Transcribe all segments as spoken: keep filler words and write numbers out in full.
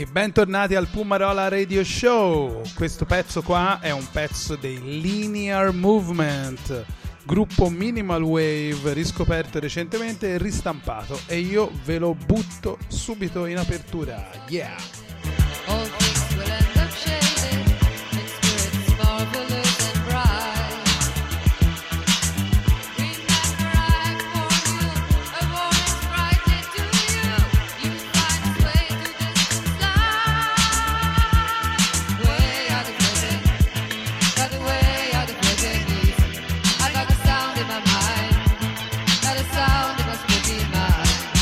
Bentornati al Pumarola Radio Show. Questo pezzo qua è un pezzo dei Linear Movement, gruppo minimal wave riscoperto recentemente e ristampato, e io ve lo butto subito in apertura. Yeah! All things will end up shaded in spirits marvelous and bright. Remember I informed you, a warning sprightly to you. You find its way to distant light. Way out of living, got the way out of living easy. I got a sound in my mind, got a sound that must be mine.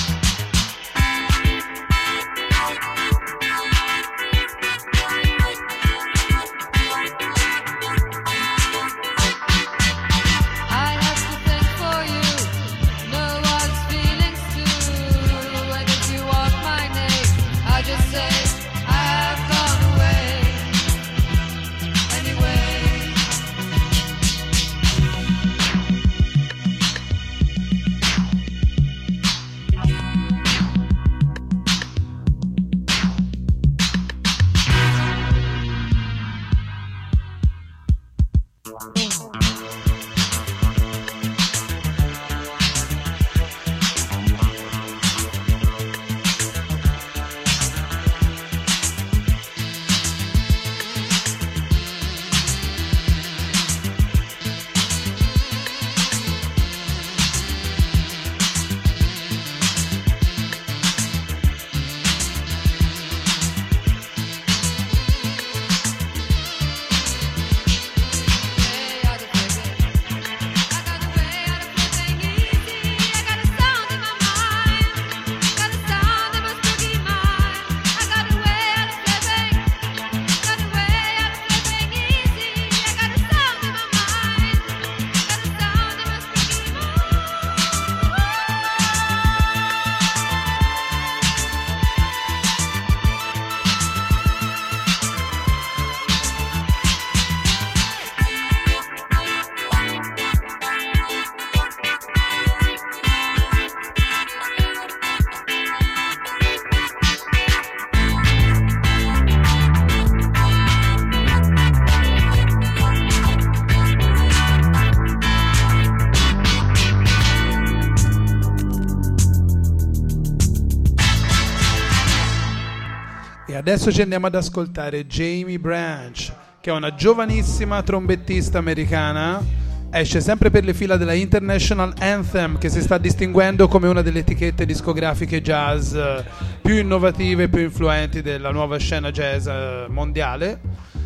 Adesso ci andiamo ad ascoltare Jaime Branch, che è una giovanissima trombettista americana. Esce sempre per le fila della International Anthem, che si sta distinguendo come una delle etichette discografiche jazz più innovative e più influenti della nuova scena jazz mondiale,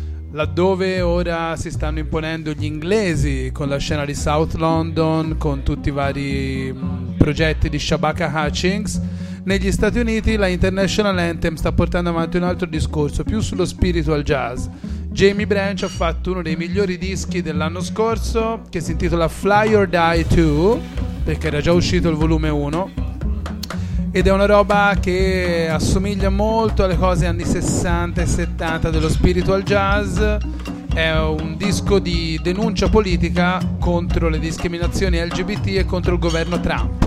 laddove ora si stanno imponendo gli inglesi con la scena di South London, con tutti i vari progetti di Shabaka Hutchings. Negli Stati Uniti la International Anthem sta portando avanti un altro discorso più sullo spiritual jazz. Jaime Branch ha fatto uno dei migliori dischi dell'anno scorso, che si intitola Fly or Die due, perché era già uscito il volume uno, ed è una roba che assomiglia molto alle cose anni sessanta e settanta dello spiritual jazz. È un disco di denuncia politica contro le discriminazioni L G B T e contro il governo Trump.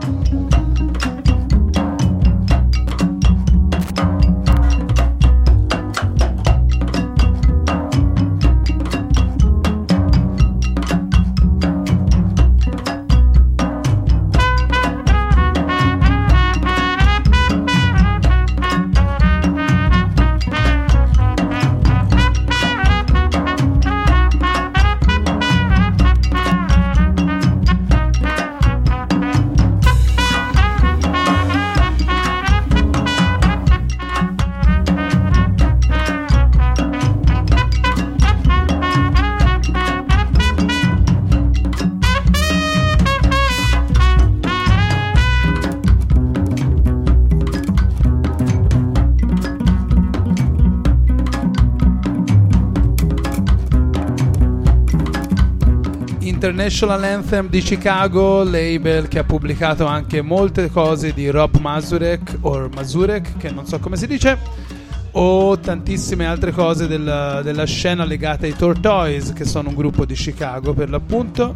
International Anthem di Chicago, label che ha pubblicato anche molte cose di Rob Mazurek o Mazurek, che non so come si dice, o tantissime altre cose della, della scena legata ai Tortoise, che sono un gruppo di Chicago per l'appunto,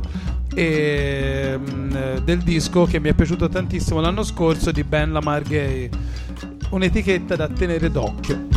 e mh, del disco che mi è piaciuto tantissimo l'anno scorso di Ben Lamar Gay. un'etichetta da tenere d'occhio.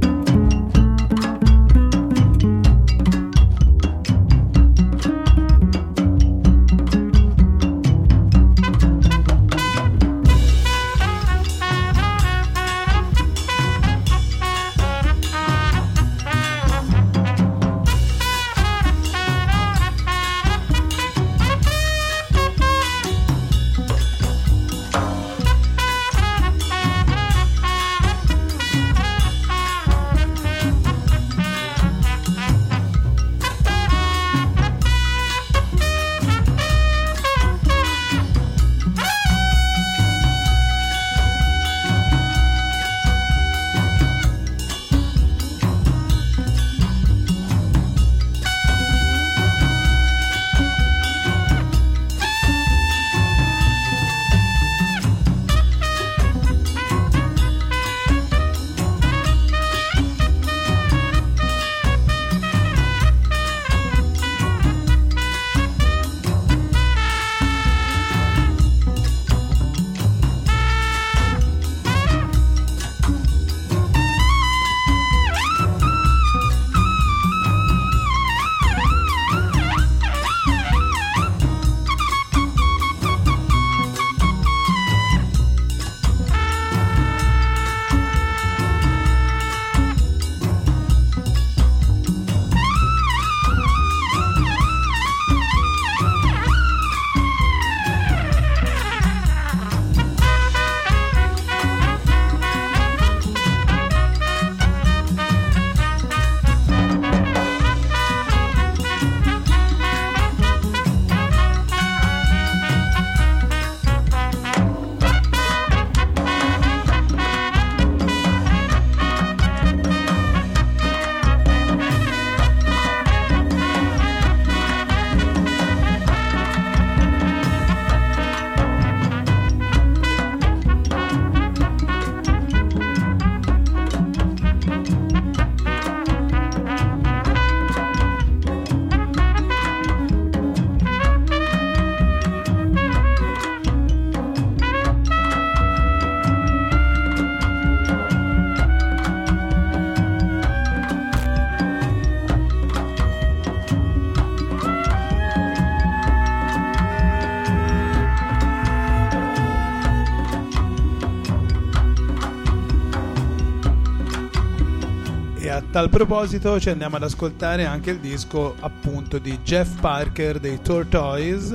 A tal proposito ci andiamo ad ascoltare anche il disco appunto di Jeff Parker dei Tortoise,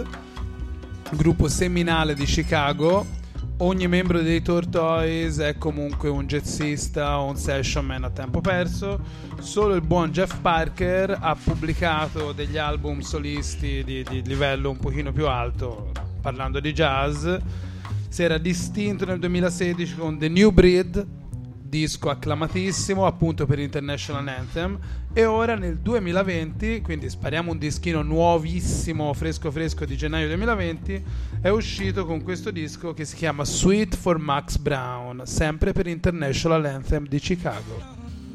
gruppo seminale di Chicago. Ogni membro dei Tortoise è comunque un jazzista o un session man a tempo perso. Solo il buon Jeff Parker ha pubblicato degli album solisti di, di livello un pochino più alto, parlando di jazz. Si era distinto nel duemilasedici con The New Breed, disco acclamatissimo appunto per International Anthem, e ora nel duemilaventi, quindi spariamo un dischino nuovissimo, fresco fresco di gennaio duemilaventi, è uscito con questo disco che si chiama Suite for Max Brown, sempre per International Anthem di Chicago.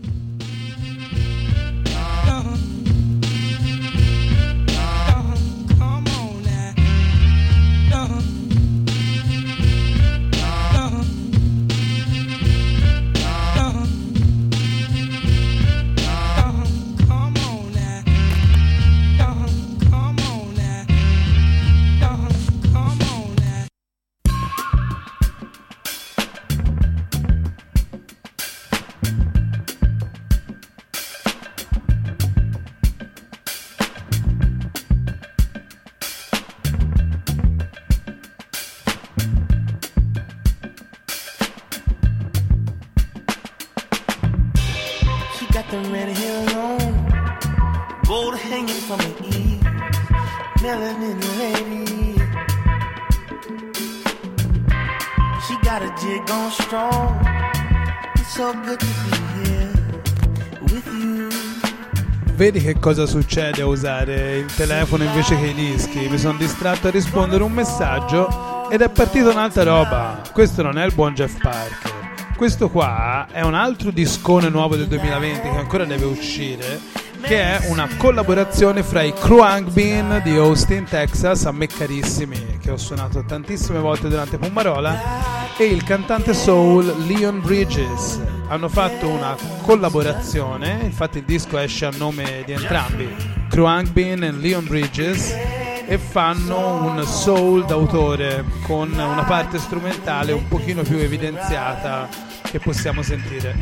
Vedi che cosa succede a usare il telefono invece che i dischi? Mi sono distratto a rispondere un messaggio ed è partita un'altra roba. Questo non è il buon Jeff Parker. Questo qua è un altro discone nuovo del duemilaventi che ancora deve uscire, che è una collaborazione fra i Khruangbin di Austin, Texas, a me carissimi, che che ho suonato tantissime volte durante Pummarola, e il cantante soul Leon Bridges. Hanno fatto una collaborazione, infatti il disco esce a nome di entrambi, Khruangbin e Leon Bridges, e fanno un soul d'autore con una parte strumentale un pochino più evidenziata che possiamo sentire.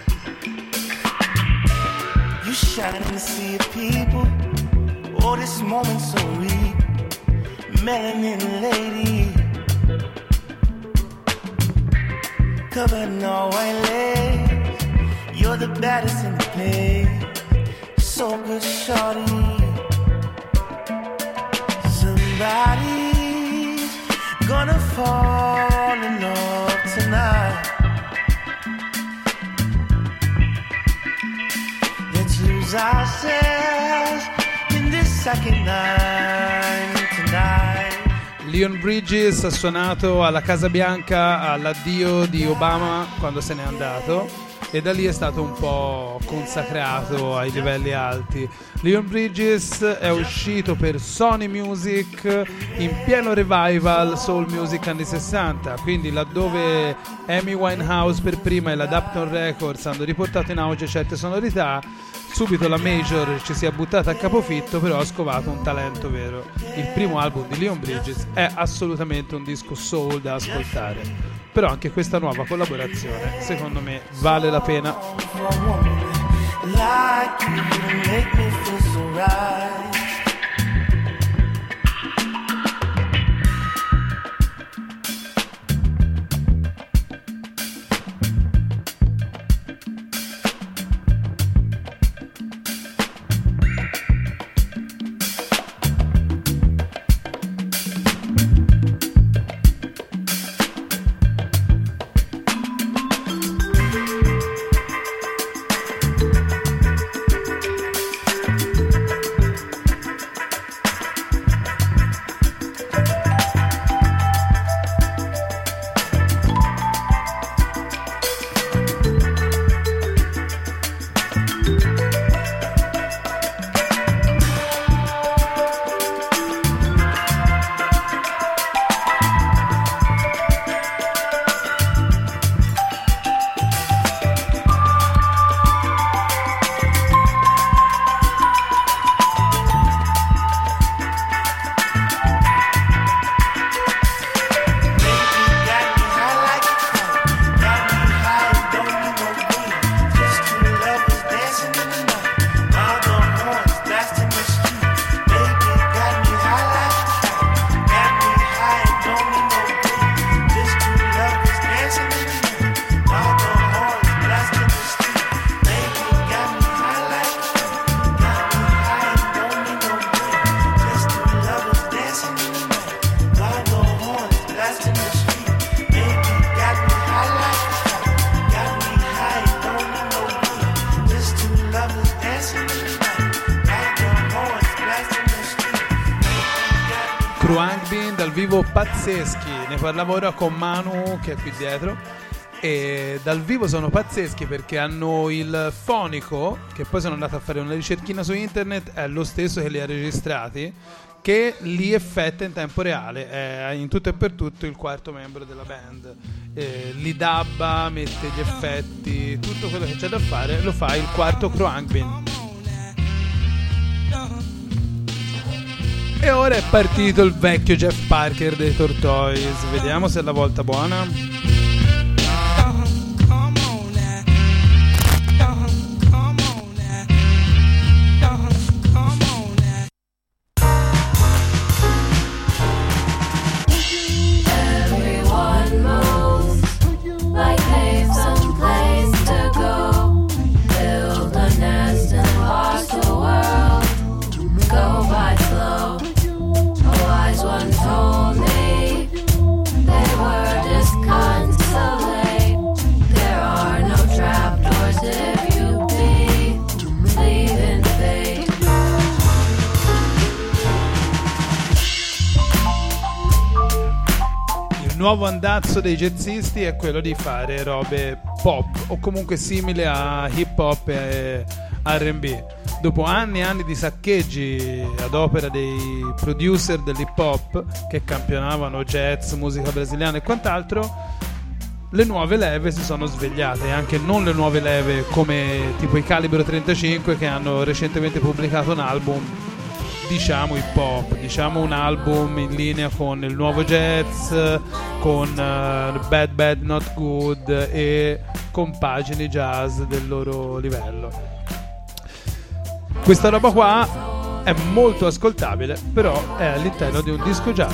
You shine in the sea of people. Oh, this moment so real. Melanin lady, covered in all white lace. You're the baddest in the place. So good, shorty. Somebody's gonna fall in love tonight. Let's lose ourselves in this second night tonight. Leon Bridges ha suonato alla Casa Bianca all'addio di Obama quando se n'è andato, e da lì è stato un po' consacrato ai livelli alti. Leon Bridges è uscito per Sony Music in pieno revival soul music anni sessanta, quindi laddove Amy Winehouse per prima e la Dapton Records hanno riportato in auge certe sonorità, subito la Major ci si è buttata a capofitto, però ha scovato un talento vero. Il primo album di Leon Bridges è assolutamente un disco soul da ascoltare, però anche questa nuova collaborazione secondo me vale la pena. Khruangbin dal vivo pazzeschi, ne parlavo ora con Manu che è qui dietro, e dal vivo sono pazzeschi perché hanno il fonico, che poi sono andato a fare una ricerchina su internet, è lo stesso che li ha registrati, che li effetta in tempo reale, è in tutto e per tutto il quarto membro della band, eh, li dabba, mette gli effetti, tutto quello che c'è da fare lo fa il quarto Khruangbin. E ora è partito il vecchio Jeff Parker dei Tortoise, vediamo se è la volta buona. Il nuovo andazzo dei jazzisti è quello di fare robe pop o comunque simile a hip hop e R and B. Dopo anni e anni di saccheggi ad opera dei producer dell'hip hop che campionavano jazz, musica brasiliana e quant'altro, le nuove leve si sono svegliate, e anche non le nuove leve come tipo i Calibro trentacinque, che hanno recentemente pubblicato un album diciamo hip hop, diciamo un album in linea con il nuovo jazz, con uh, Bad Bad Not Good e con pagine jazz del loro livello. Questa roba qua è molto ascoltabile, però è all'interno di un disco jazz.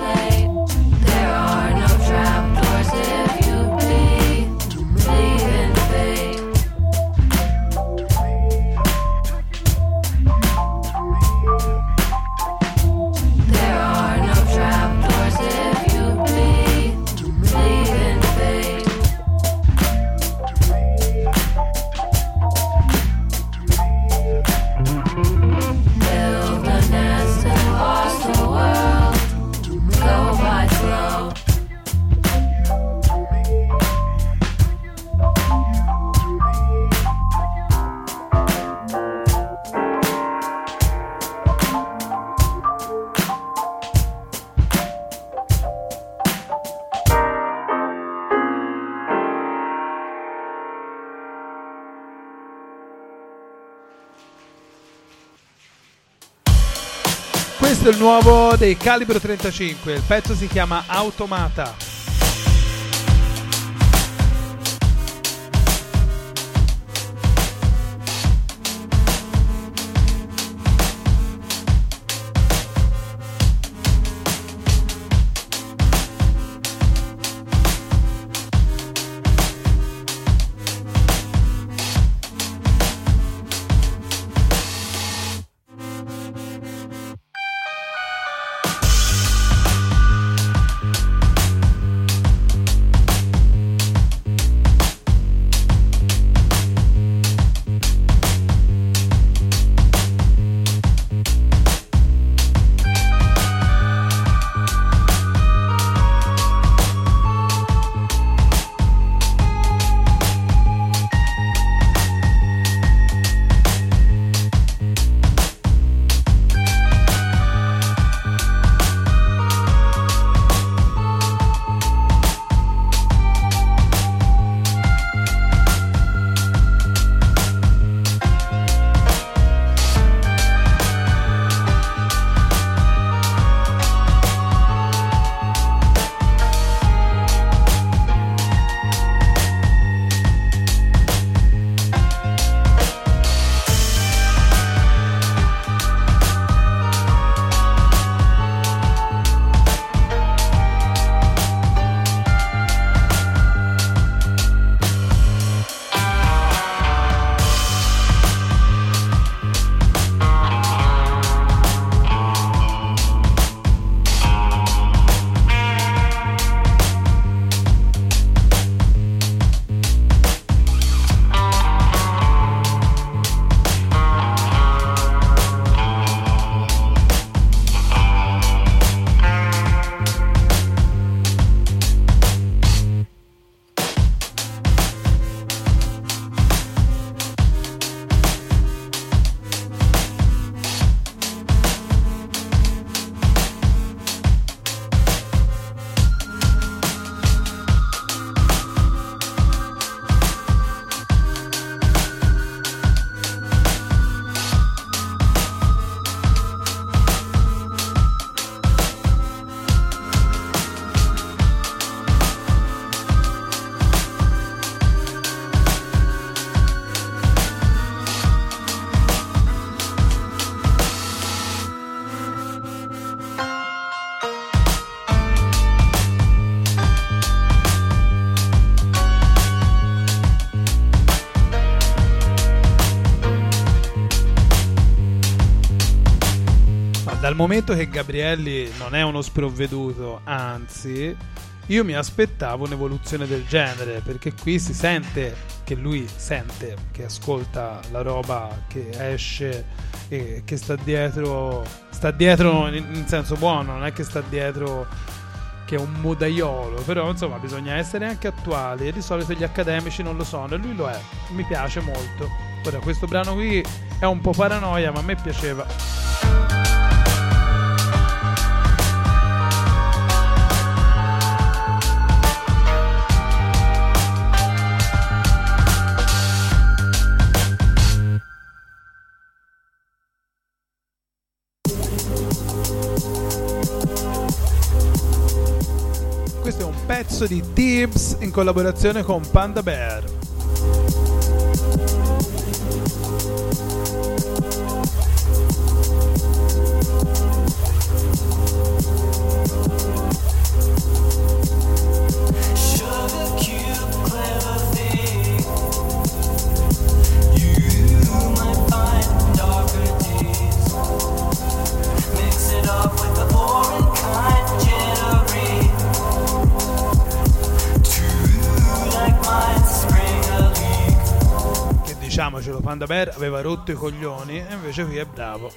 Questo è il nuovo dei Calibro trentacinque, il pezzo si chiama Automata. Dal momento che Gabrielli non è uno sprovveduto, anzi, io mi aspettavo un'evoluzione del genere, perché qui si sente che lui sente, che ascolta la roba che esce e che sta dietro, sta dietro in, in senso buono, non è che sta dietro che è un modaiolo, però insomma bisogna essere anche attuali e di solito gli accademici non lo sono e lui lo è, mi piace molto. Ora, questo brano qui è un po' paranoia, ma a me piaceva. Questo è un pezzo di Tibbs in collaborazione con Panda Bear. Diciamocelo, Panda Bear aveva rotto i coglioni e invece qui è bravo.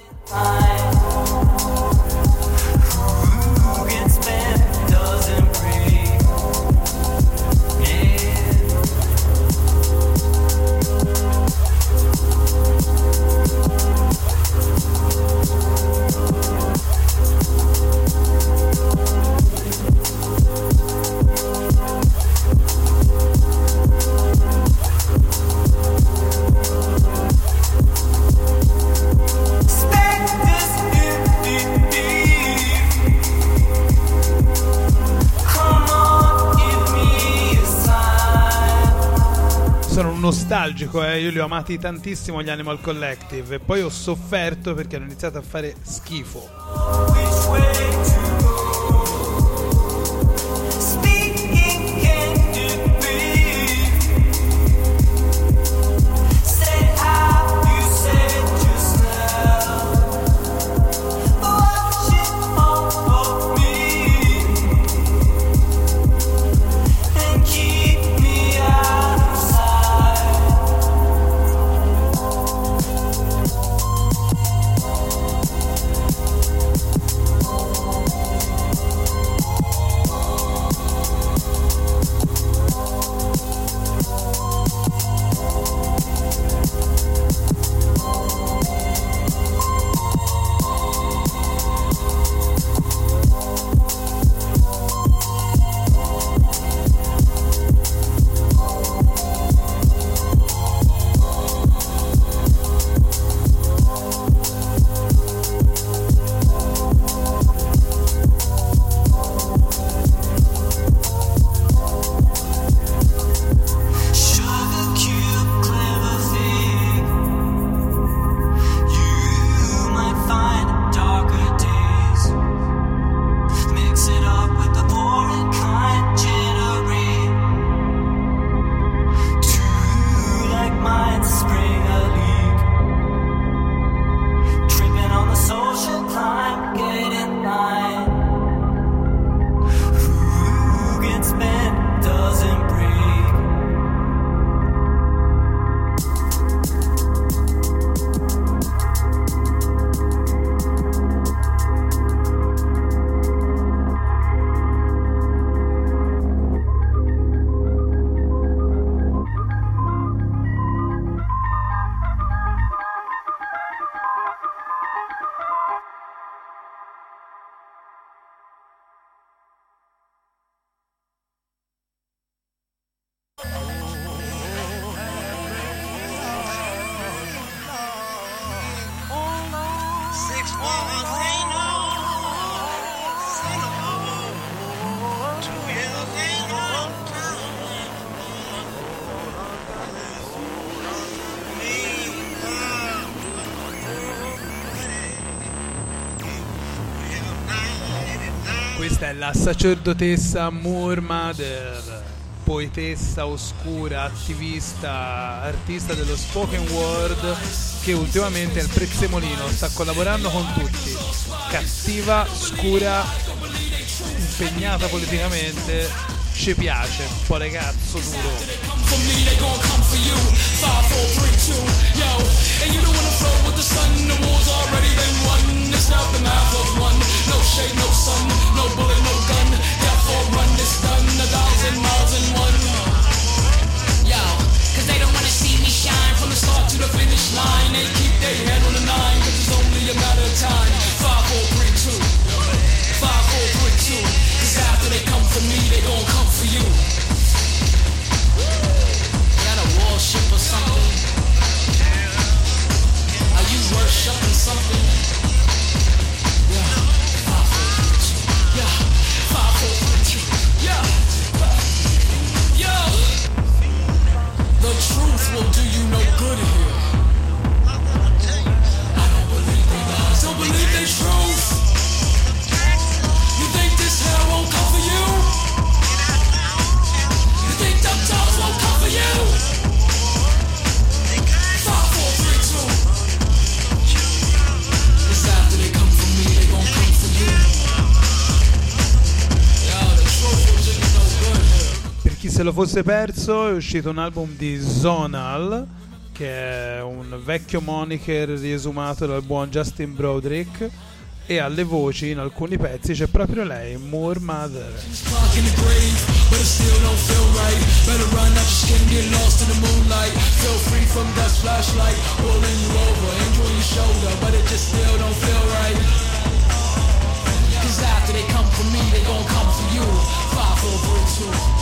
Sono un nostalgico, eh? Io li ho amati tantissimo gli Animal Collective e poi ho sofferto perché hanno iniziato a fare schifo. Questa è la sacerdotessa Moor Mother, poetessa oscura, attivista, artista dello spoken word, che ultimamente è il prezzemolino, sta collaborando con tutti. Cattiva, scura, impegnata politicamente, ci piace, un po' ragazzo duro. Cause they don't wanna see me shine from the start to the finish. se lo fosse perso, è uscito un album di Zonal, che è un vecchio moniker riesumato dal buon Justin Broderick, e alle voci in alcuni pezzi c'è proprio lei, Moor Mother. After they come for me, they gon' come for you. Five, four, three, two.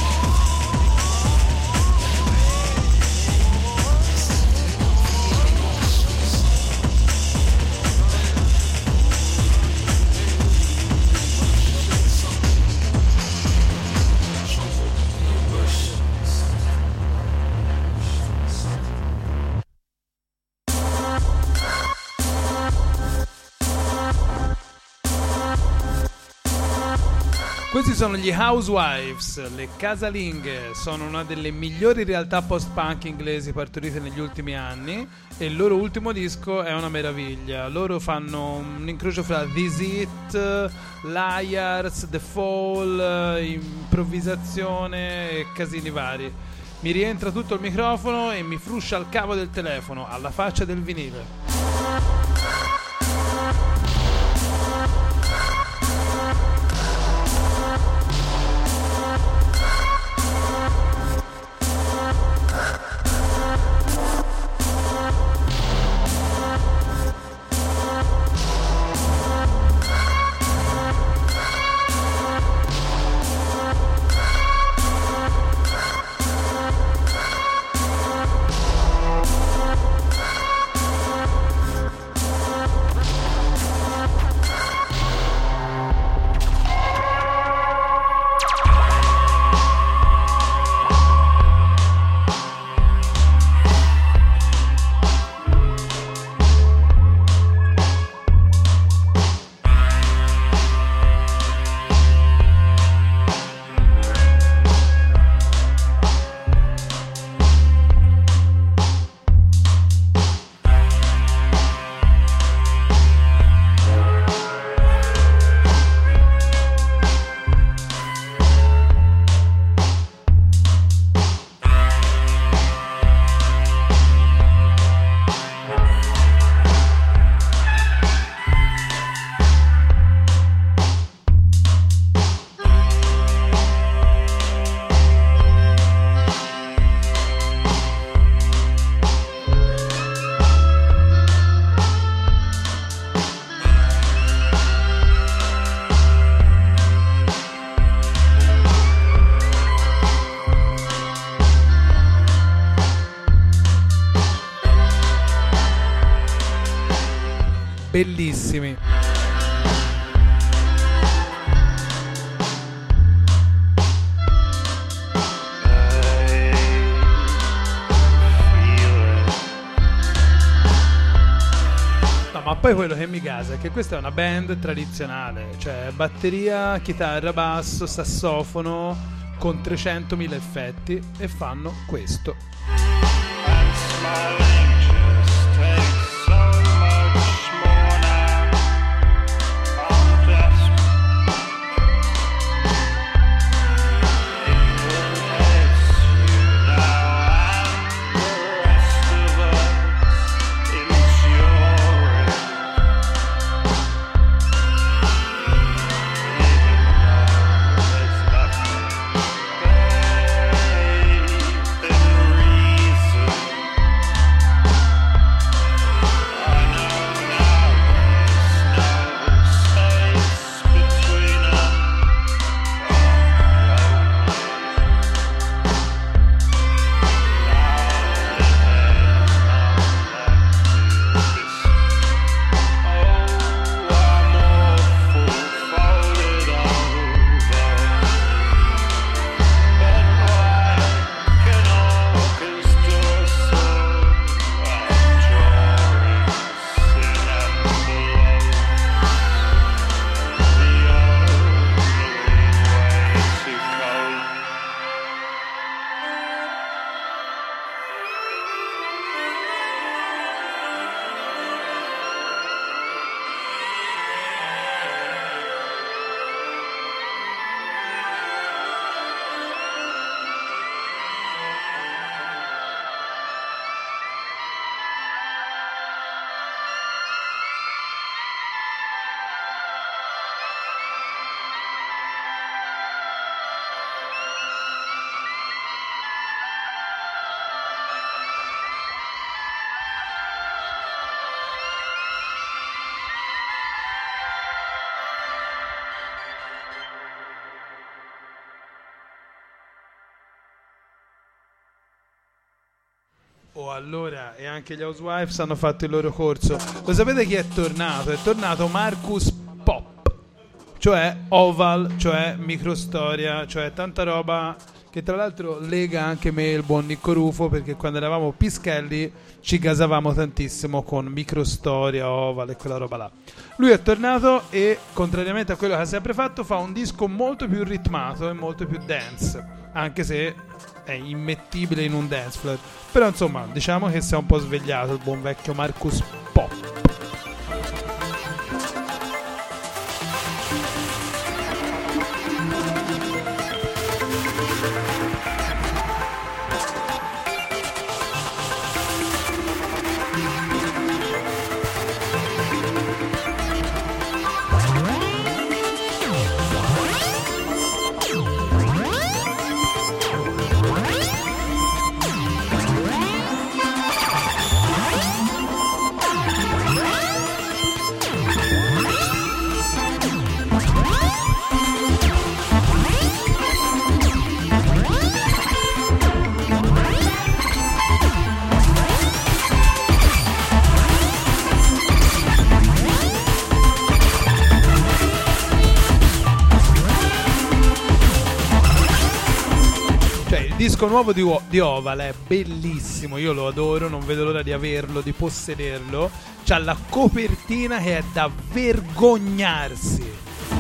Questi sono gli Housewives, le casalinghe, sono una delle migliori realtà post-punk inglesi partorite negli ultimi anni e il loro ultimo disco è una meraviglia. Loro fanno un incrocio fra This It, Liars, The Fall, improvvisazione e casini vari. Mi rientra tutto il microfono e mi fruscia il cavo del telefono, alla faccia del vinile. Bellissimi. No, ma poi quello che mi casa è che questa è una band tradizionale, cioè batteria, chitarra, basso, sassofono con trecentomila effetti e fanno questo. Oh, allora, e anche gli Housewives hanno fatto il loro corso. Lo sapete chi è tornato? È tornato Marcus Pop, cioè Oval, cioè microstoria, cioè tanta roba che tra l'altro lega anche me e il buon Nicco Rufo, perché quando eravamo pischelli ci gasavamo tantissimo con microstoria, Oval e quella roba là. Lui è tornato e, contrariamente a quello che ha sempre fatto, fa un disco molto più ritmato e molto più dance, anche se è immettibile in un dance floor. Però insomma, diciamo che si è un po' svegliato il buon vecchio Marcus Pop. Il disco nuovo di, o- di Oval è bellissimo, io lo adoro, non vedo l'ora di averlo, di possederlo. C'ha la copertina che è da vergognarsi.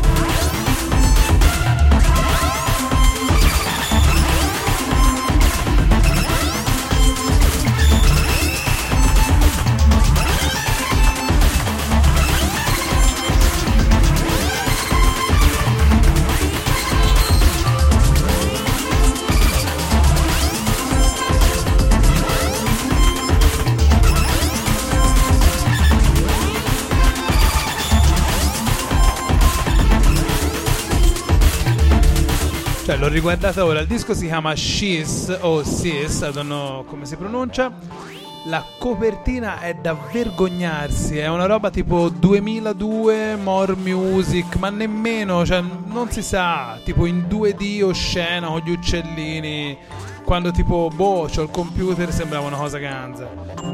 Cioè, l'ho riguardata ora, il disco si chiama She's o Sis, I don't know come si pronuncia. La copertina è da vergognarsi, è una roba tipo duemiladue, More Music, ma nemmeno, cioè non si sa, tipo in due D oscena con gli uccellini, quando tipo, boh, c'ho il computer, sembrava una cosa ganza.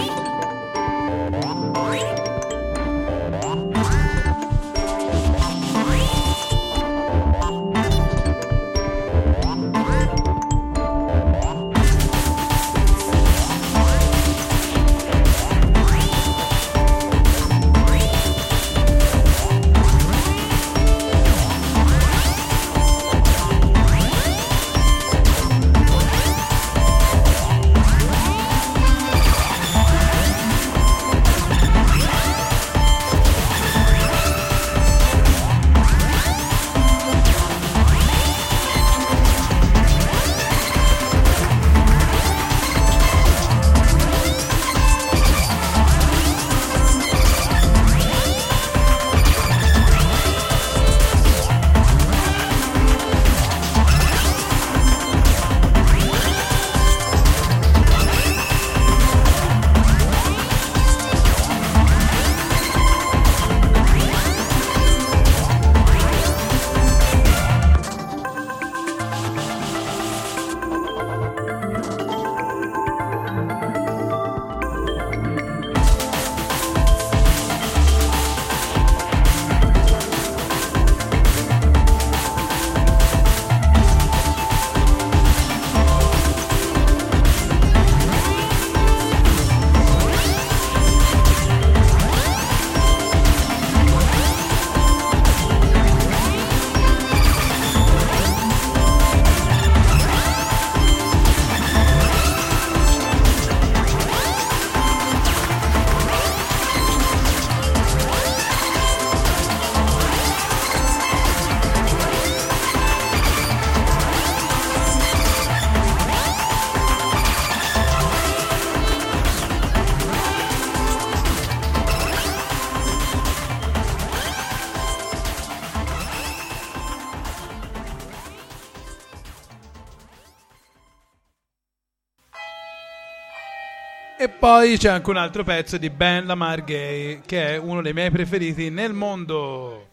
E poi c'è anche un altro pezzo di Ben Lamar Gay, che è uno dei miei preferiti nel mondo.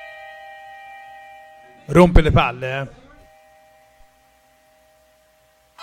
Rompe le palle, eh.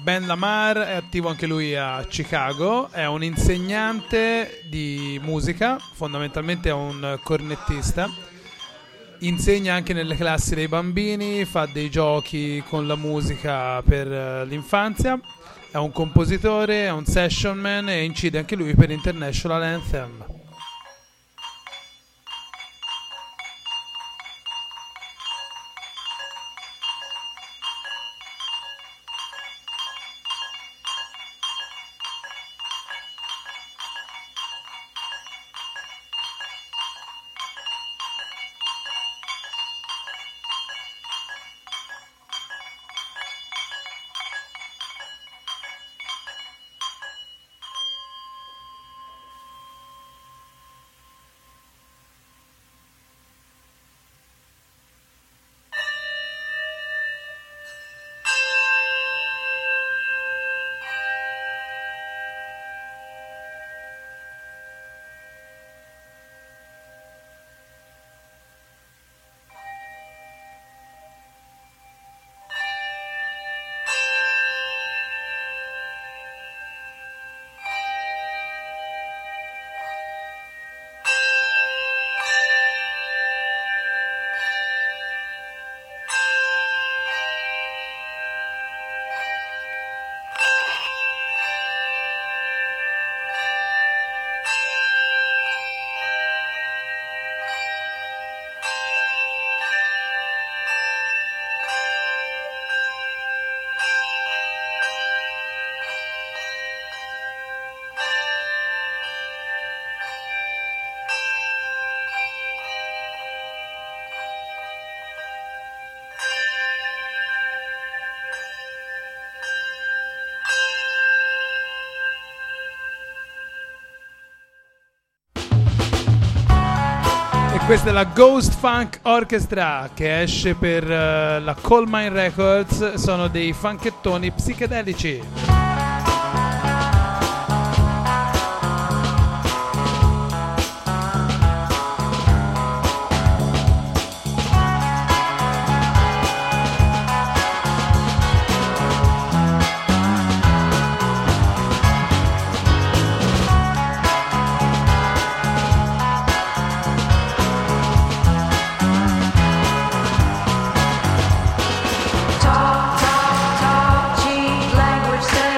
Ben Lamar è attivo anche lui a Chicago, è un insegnante di musica, fondamentalmente è un cornettista, insegna anche nelle classi dei bambini, fa dei giochi con la musica per l'infanzia, è un compositore, è un session man e incide anche lui per International Anthem. Questa è la Ghost Funk Orchestra che esce per uh, la Coal Mine Records, sono dei funkettoni psichedelici. Talk, talk, talk, cheap language.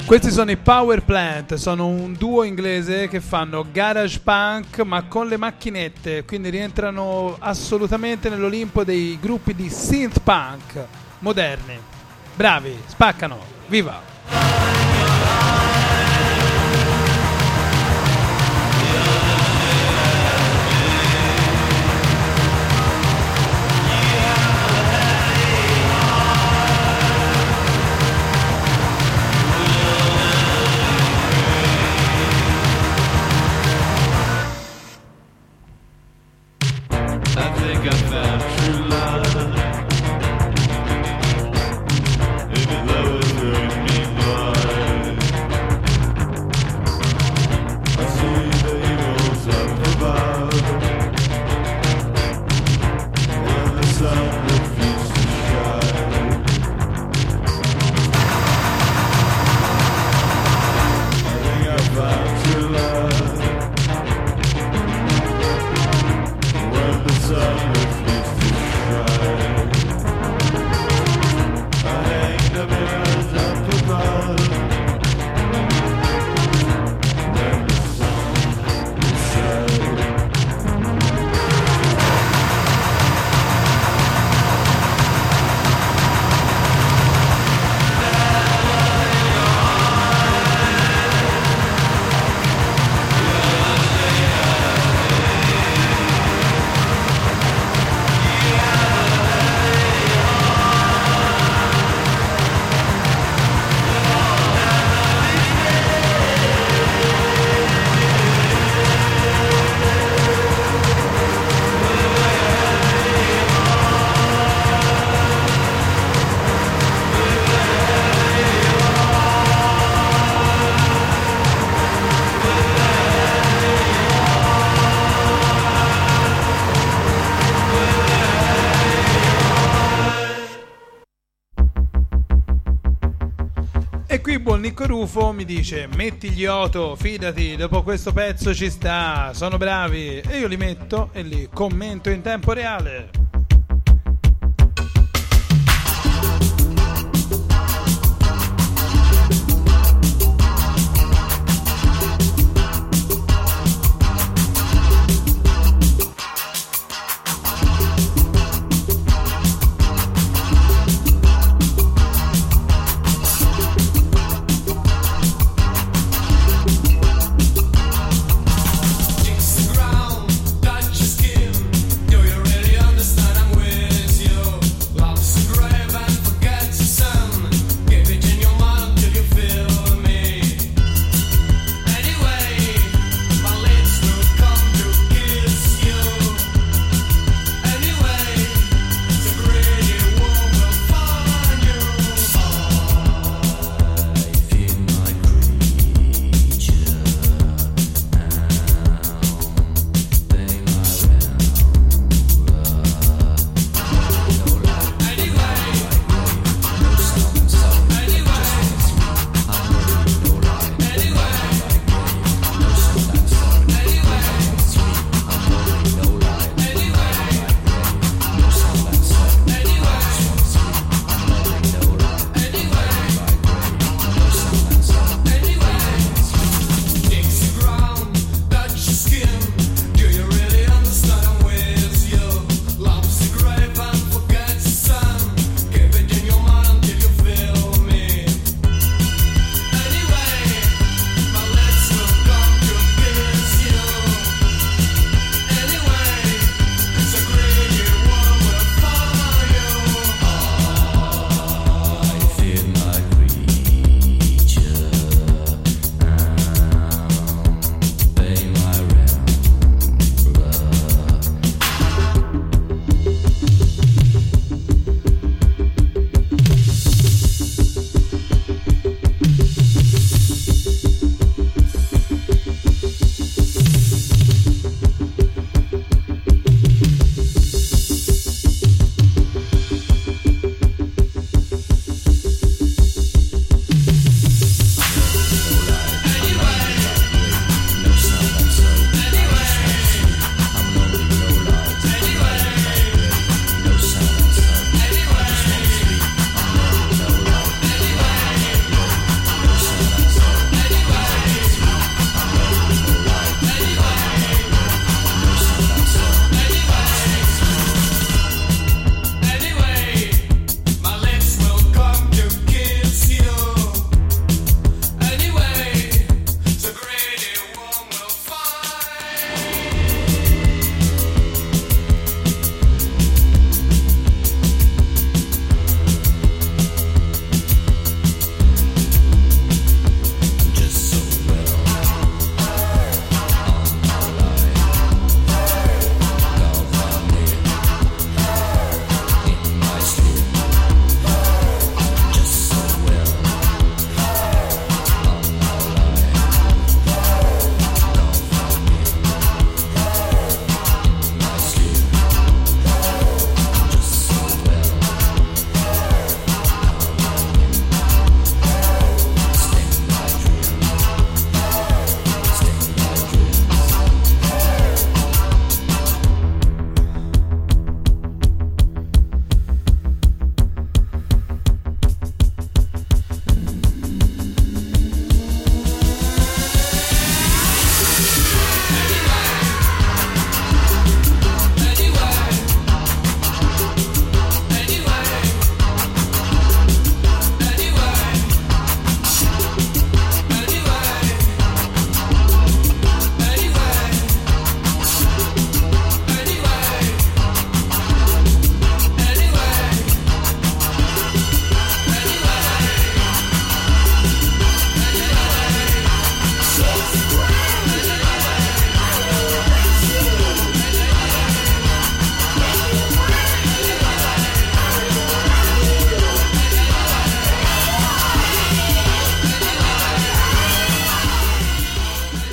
Questi sono i Power Plant, sono un duo inglese che fanno garage punk ma con le macchinette, quindi rientrano assolutamente nell'Olimpo dei gruppi di synth punk moderni. Bravi, spaccano, viva! E qui buon Nico Rufo mi dice: metti gli Oto, fidati, dopo questo pezzo ci sta, sono bravi. E io li metto e li commento in tempo reale. Touch your skin, do you really understand?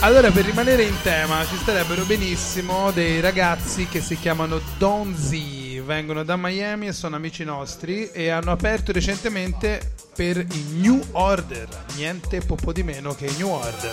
Allora, per rimanere in tema, ci starebbero benissimo dei ragazzi che si chiamano Don Z, vengono da Miami e sono amici nostri e hanno aperto recentemente per i New Order, niente po' di meno che i New Order.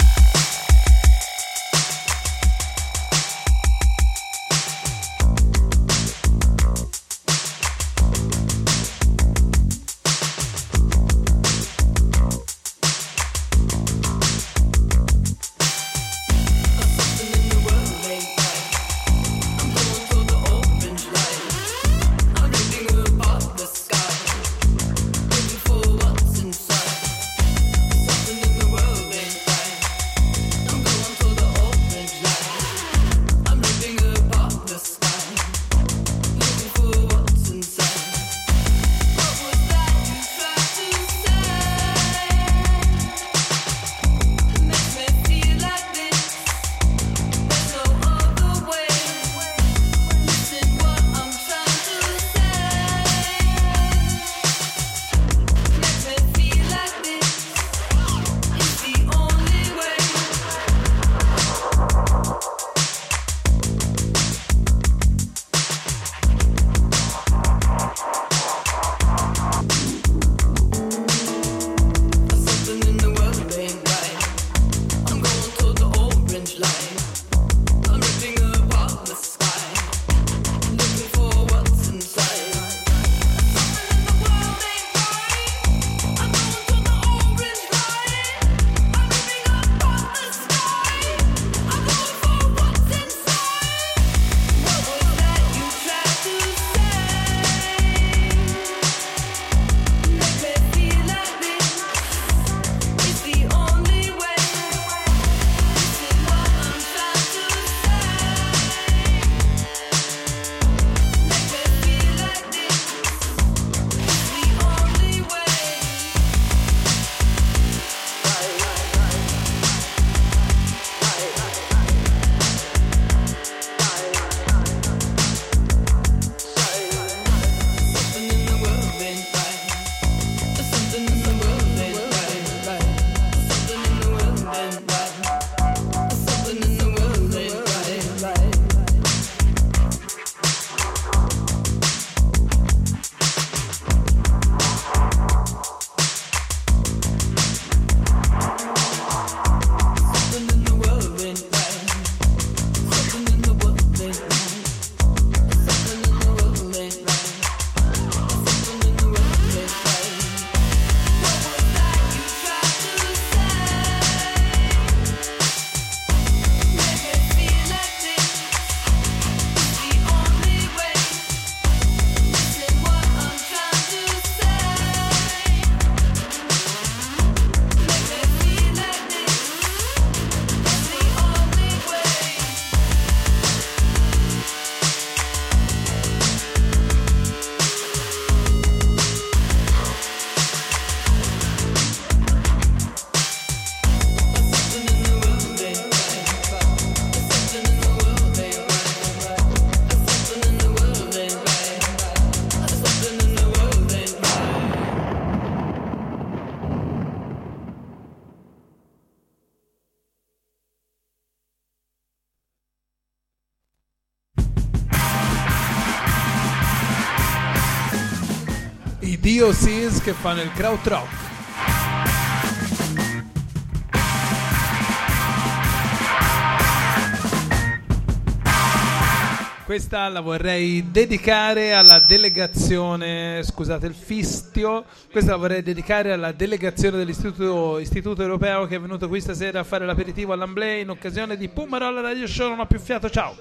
I D O Cs che fanno il krautrock. Questa la vorrei dedicare alla delegazione, scusate il fistio, questa la vorrei dedicare alla delegazione dell'Istituto Istituto Europeo che è venuto qui stasera a fare l'aperitivo all'Amblè in occasione di Pumarolla Radio Show. Non ho più fiato, ciao!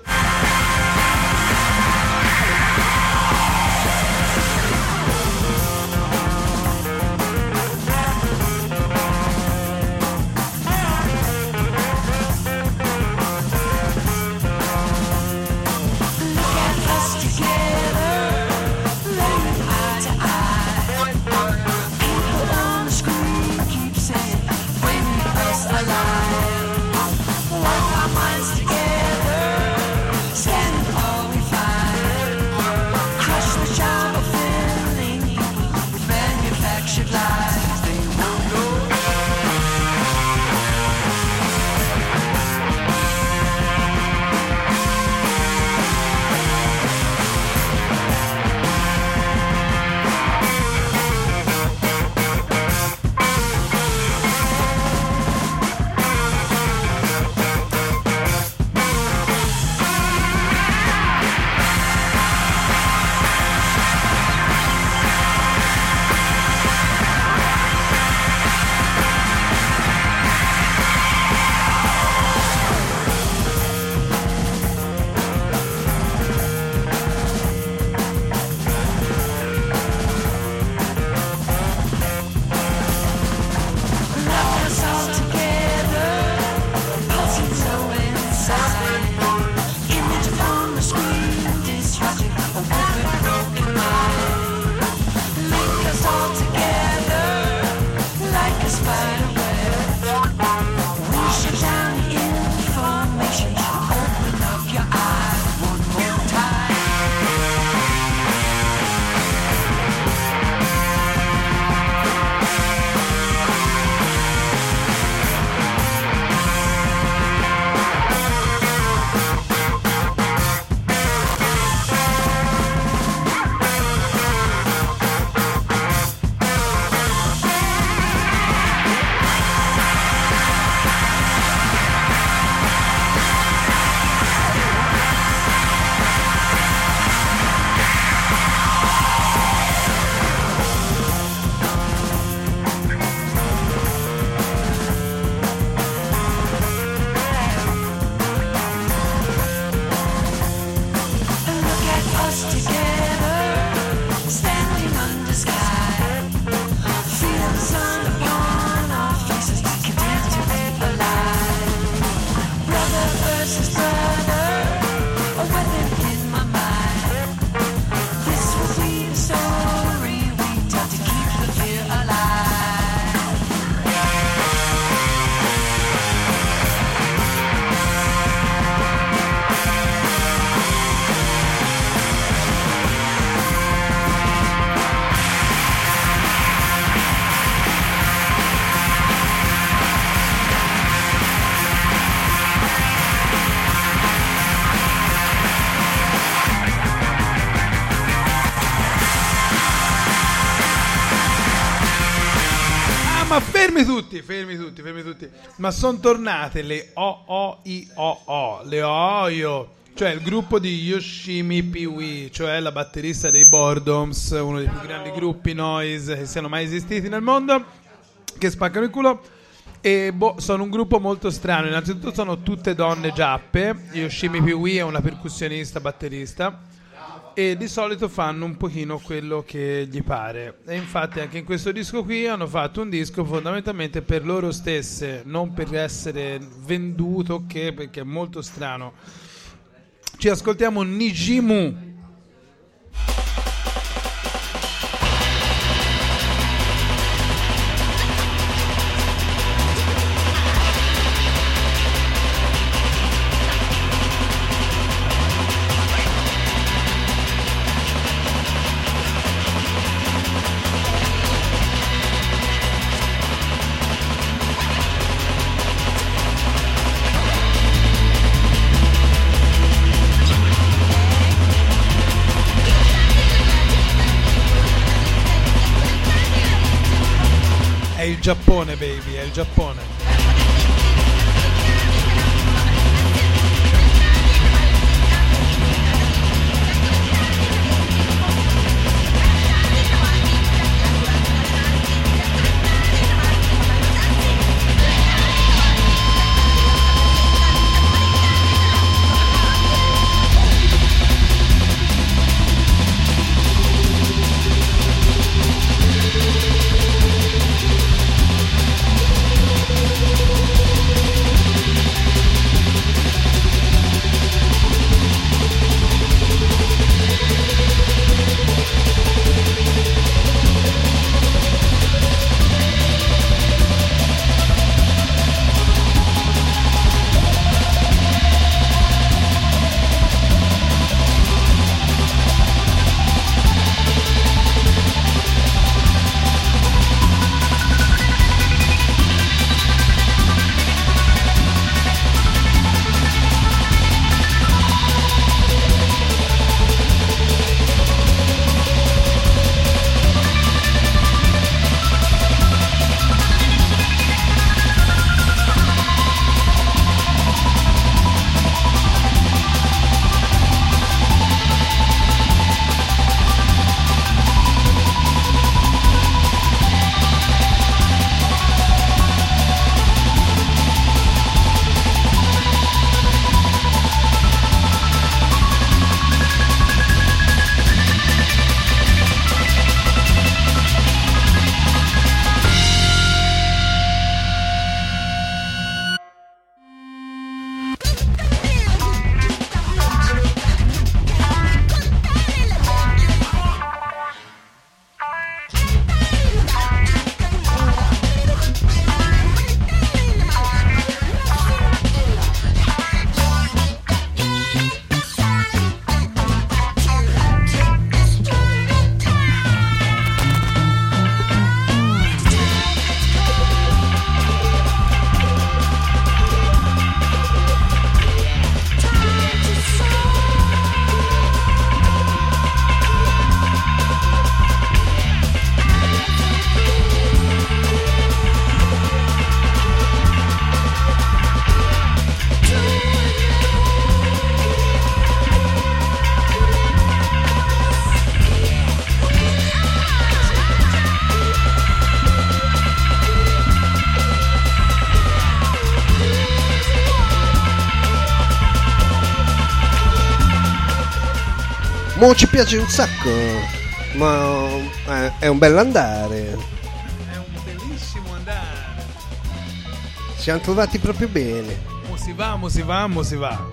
Alive, walk our minds together. Fermi tutti, fermi tutti, fermi tutti. Ma sono tornate le O O I O O, le Oyo, cioè il gruppo di Yoshimi Pee-wee, cioè la batterista dei Boredoms, uno dei più grandi gruppi noise che siano mai esistiti nel mondo, che spaccano il culo. E boh, sono un gruppo molto strano. Innanzitutto sono tutte donne giappe. Yoshimi Pee-wee è una percussionista, batterista, e di solito fanno un pochino quello che gli pare. E infatti anche in questo disco qui hanno fatto un disco fondamentalmente per loro stesse, non per essere venduto, che, perché è molto strano. Ci ascoltiamo Nijimu. È il Giappone, baby, è il Giappone. Mo ci piace un sacco, ma eh, è un bell'andare. È un bellissimo andare. Siamo trovati proprio bene. Mo si va, mo si va, mo si va.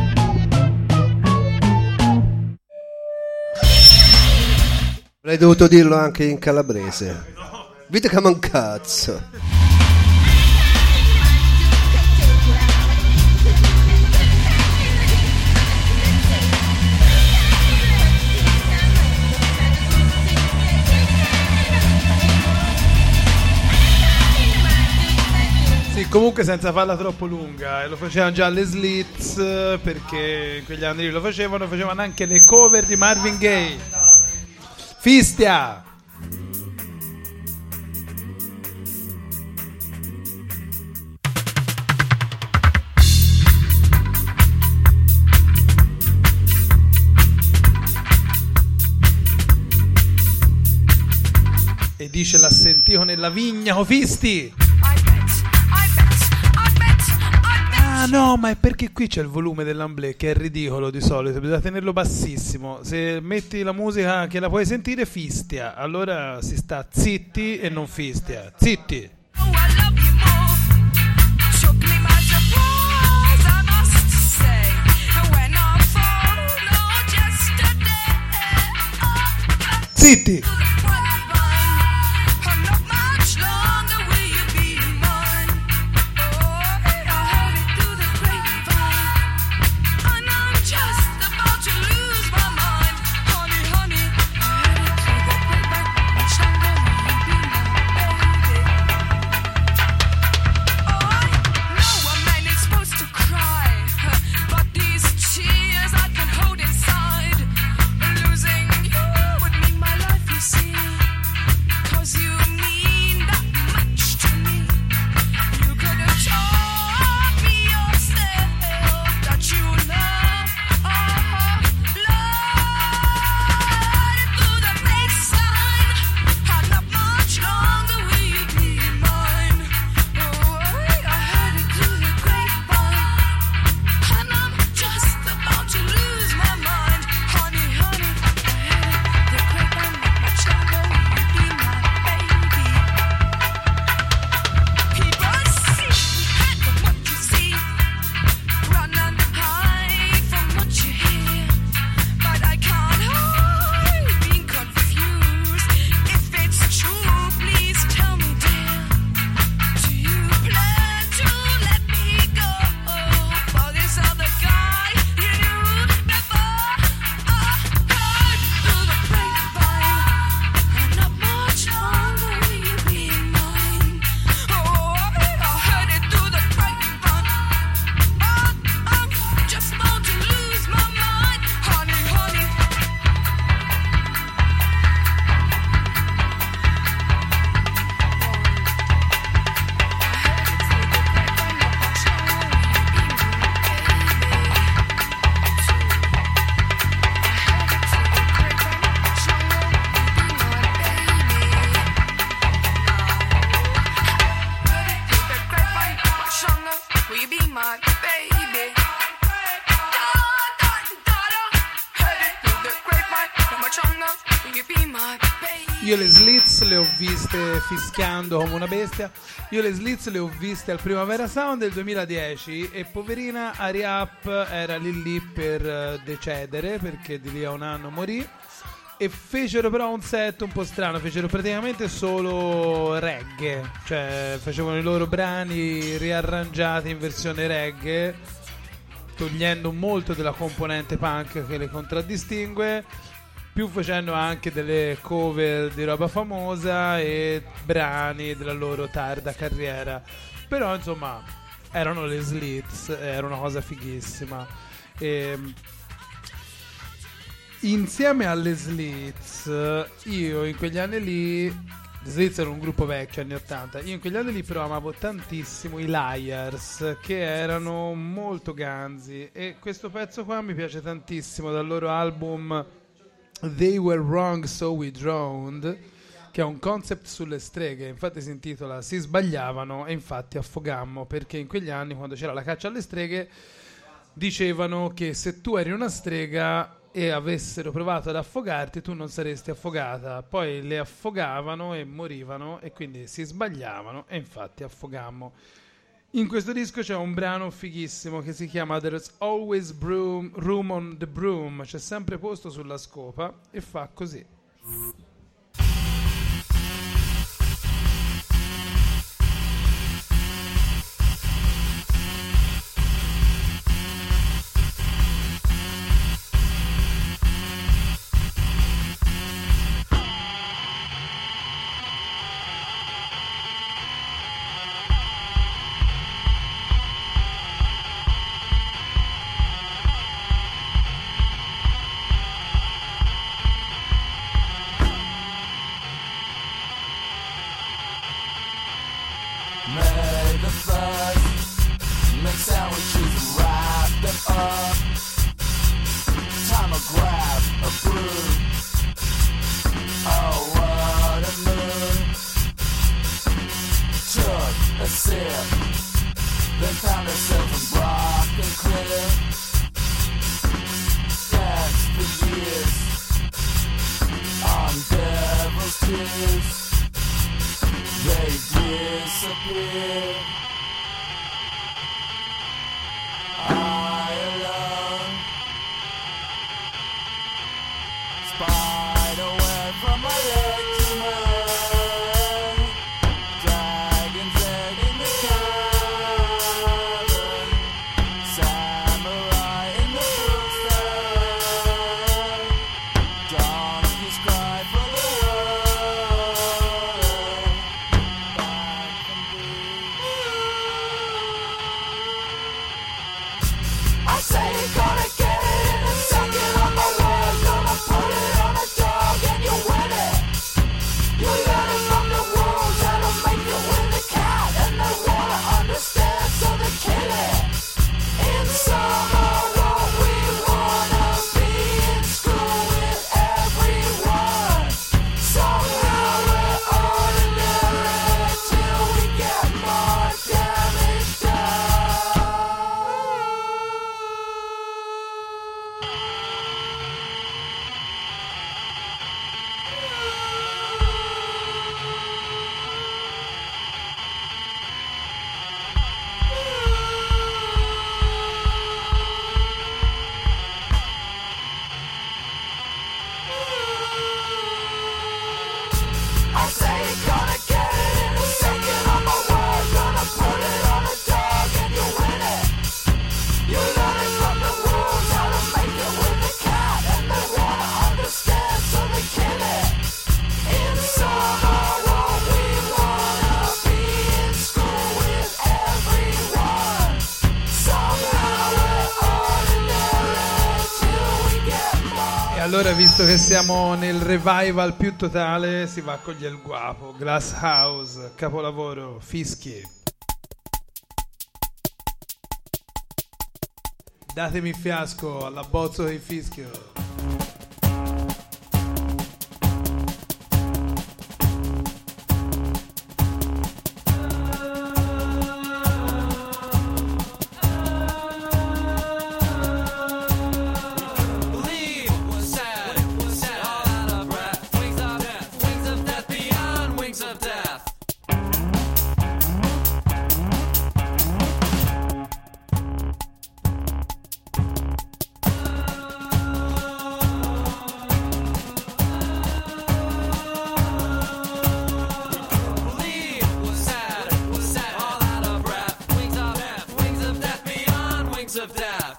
Avrei dovuto dirlo anche in calabrese. Vite che un cazzo. Sì, comunque senza farla troppo lunga, e lo facevano già le Slits, perché in quegli anni lì lo facevano, facevano anche le cover di Marvin Gaye. Fistia! dice l'assentico nella vigna, o Fisti? Ah no, ma è perché qui c'è il volume dell'Amblè che è ridicolo di solito, bisogna tenerlo bassissimo. Se metti la musica che la puoi sentire fistia, allora si sta zitti e non fistia. Zitti. Zitti. Io le Slits le ho viste fischiando come una bestia. Io le Slits le ho viste al Primavera Sound del duemiladieci e poverina Ariap era lì lì per decedere perché di lì a un anno morì. E fecero però un set un po' strano, fecero praticamente solo reggae, cioè facevano i loro brani riarrangiati in versione reggae, togliendo molto della componente punk che le contraddistingue, più facendo anche delle cover di roba famosa e brani della loro tarda carriera. Però insomma erano le Slits, era una cosa fighissima. E insieme alle Slits, io in quegli anni lì, Slits era un gruppo vecchio, anni ottanta, io in quegli anni lì però amavo tantissimo i Liars, che erano molto ganzi, e questo pezzo qua mi piace tantissimo dal loro album They Were Wrong So We Drowned, che è un concept sulle streghe, infatti si intitola Si sbagliavano e infatti affogammo, perché in quegli anni, quando c'era la caccia alle streghe, dicevano che se tu eri una strega e avessero provato ad affogarti, tu non saresti affogata. Poi le affogavano e morivano, e quindi si sbagliavano e infatti affogammo. In questo disco c'è un brano fighissimo che si chiama There's Always broom, Room on the Broom, c'è sempre posto sulla scopa, e fa così. tears, they disappear. I alone, spider web from my leg to my leg, dragon's egg in the cavern, samurai in the footstep, donkeys cry for the world, back from I say you're gonna get it in a second on my word, gonna put it on a dog and you win it. You learn it from the wolves, how to make it win the cat, and they wanna understand, so they kill it. In summer, what we wanna be in school with everyone. Somehow we're ordinary till we get more damage done. I say you're gonna get it in a second on my word, gonna put it on a dog and you win it. You learn it from the wolves, how to make it with the cat, and they wanna understand, so they kill it. In summer, what we wanna be in school with everyone. Somehow we're ordinary till we get more. E allora, visto che siamo nel revival più totale, si va con gli El Guapo, Glass House, capolavoro, fischi. Datemi il fiasco all'abbozzo del fischio. Believe was sad, was sad, all out of breath. Wings of death, wings of death beyond wings of death. Believe was sad, was sad, all out of breath. Wings of death, wings of death beyond wings of death.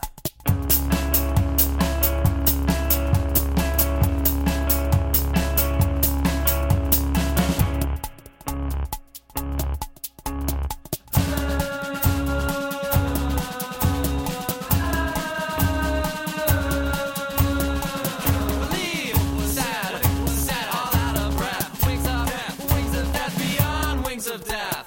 Believe was sad, was sad, all out of breath. Wings of death, wings of death beyond wings of death.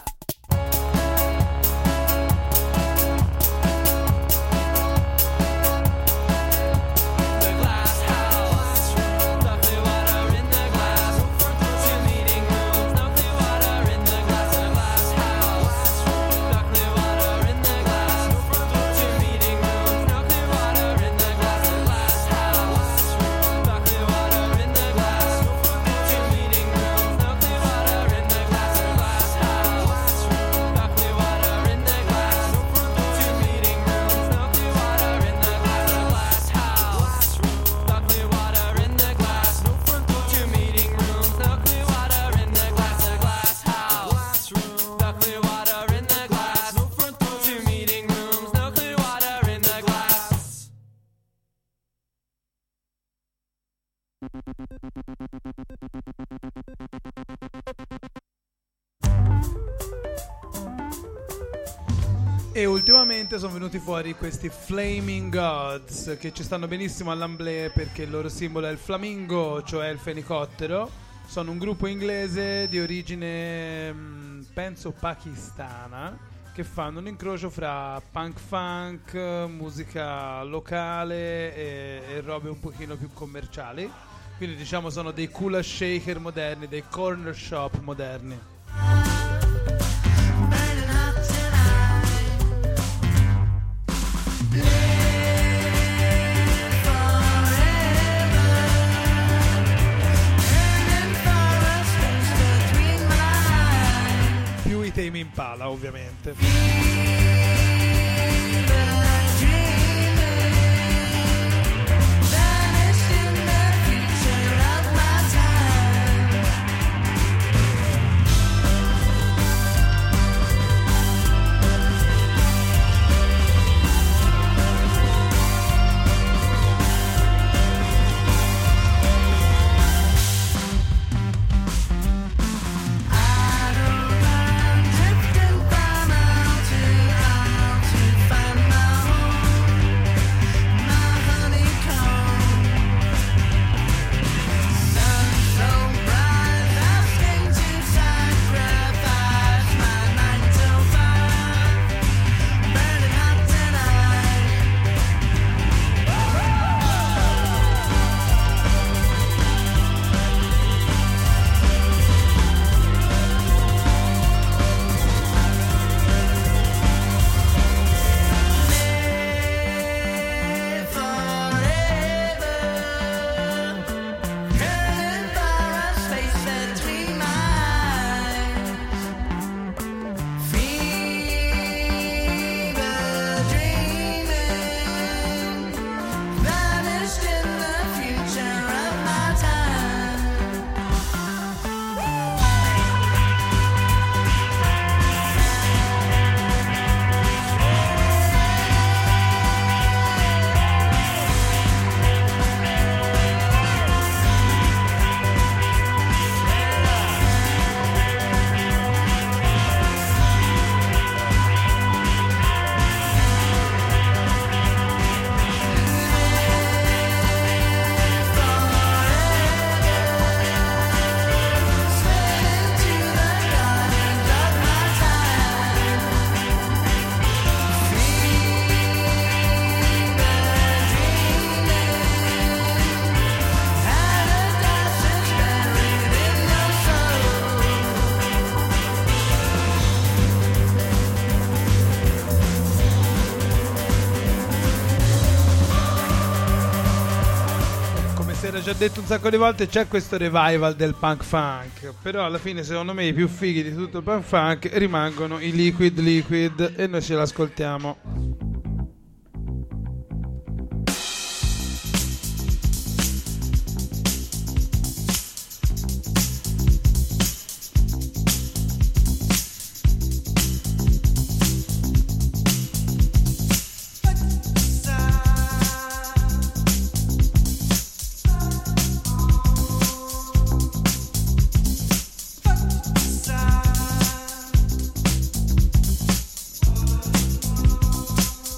The glass house, no clear water in the glass. Two meeting rooms, no clear water in the glass. The glass house, no clear water in the glass. Two meeting rooms, no clear water in the glass. The glass house, no clear water in the glass. Two meeting rooms, no clear water in the glass. The glass house, no clear water in the glass. Two meeting rooms, no clear water in the glass. The glass house, no clear water in the glass. Two meeting rooms, no clear water in the glass. The glass house, no clear water in the glass. Two meeting rooms, no clear water in the glass. E ultimamente sono venuti fuori questi Flaming Gods che ci stanno benissimo all'Amblè perché il loro simbolo è il flamingo, cioè il fenicottero. Sono un gruppo inglese di origine mh, penso pakistana, che fanno un incrocio fra punk funk, musica locale e, e robe un pochino più commerciali. Quindi diciamo sono dei kula shaker moderni, dei corner shop moderni. Forever, and then forest. pala, ovviamente. Era già detto un sacco di volte, c'è questo revival del punk funk, però alla fine secondo me i più fighi di tutto il punk funk rimangono i Liquid Liquid e noi ce l'ascoltiamo. Fuck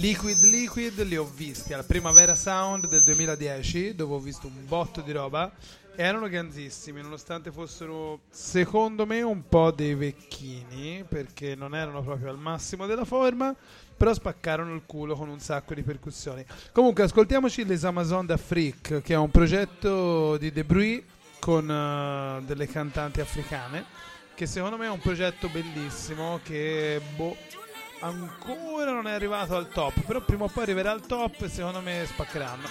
Liquid Liquid li ho visti al Primavera Sound del duemiladieci, dove ho visto un botto di roba. Erano gansissimi, nonostante fossero secondo me un po' dei vecchini, perché non erano proprio al massimo della forma, però spaccarono il culo con un sacco di percussioni. Comunque ascoltiamoci Les Amazons d'Afrique, che è un progetto di De Bruy con uh, delle cantanti africane, che secondo me è un progetto bellissimo, che boh, ancora non è arrivato al top, però prima o poi arriverà al top e secondo me spaccheranno.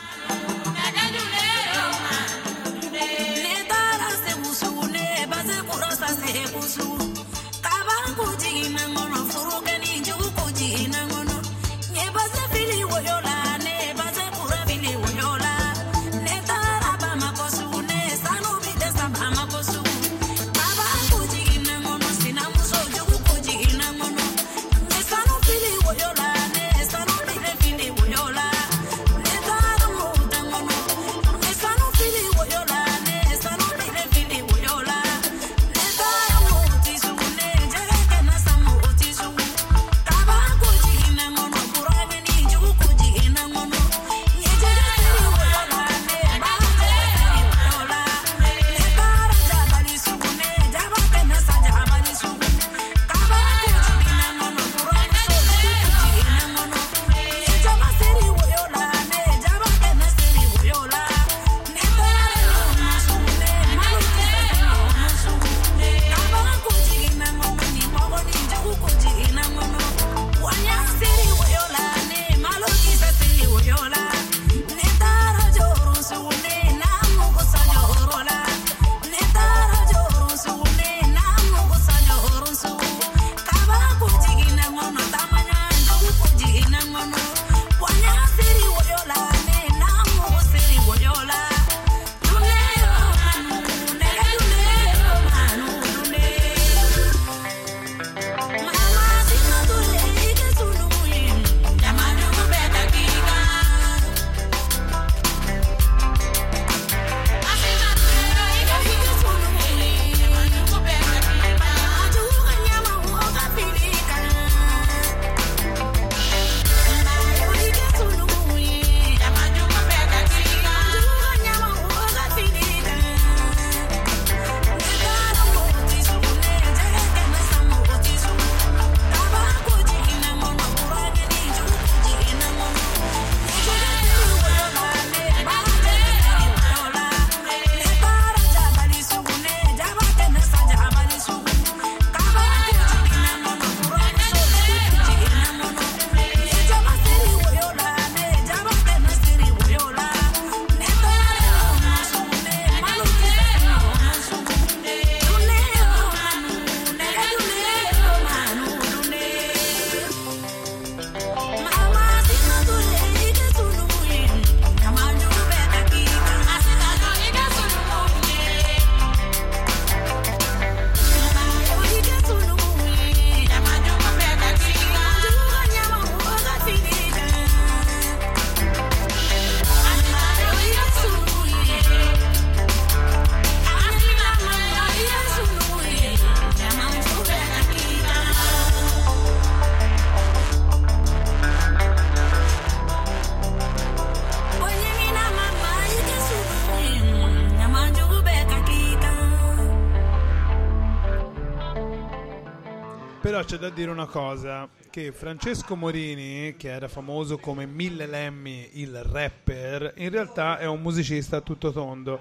Però c'è da dire una cosa, che Francesco Morini, che era famoso come Mille Lemmy, il rapper, in realtà è un musicista a tutto tondo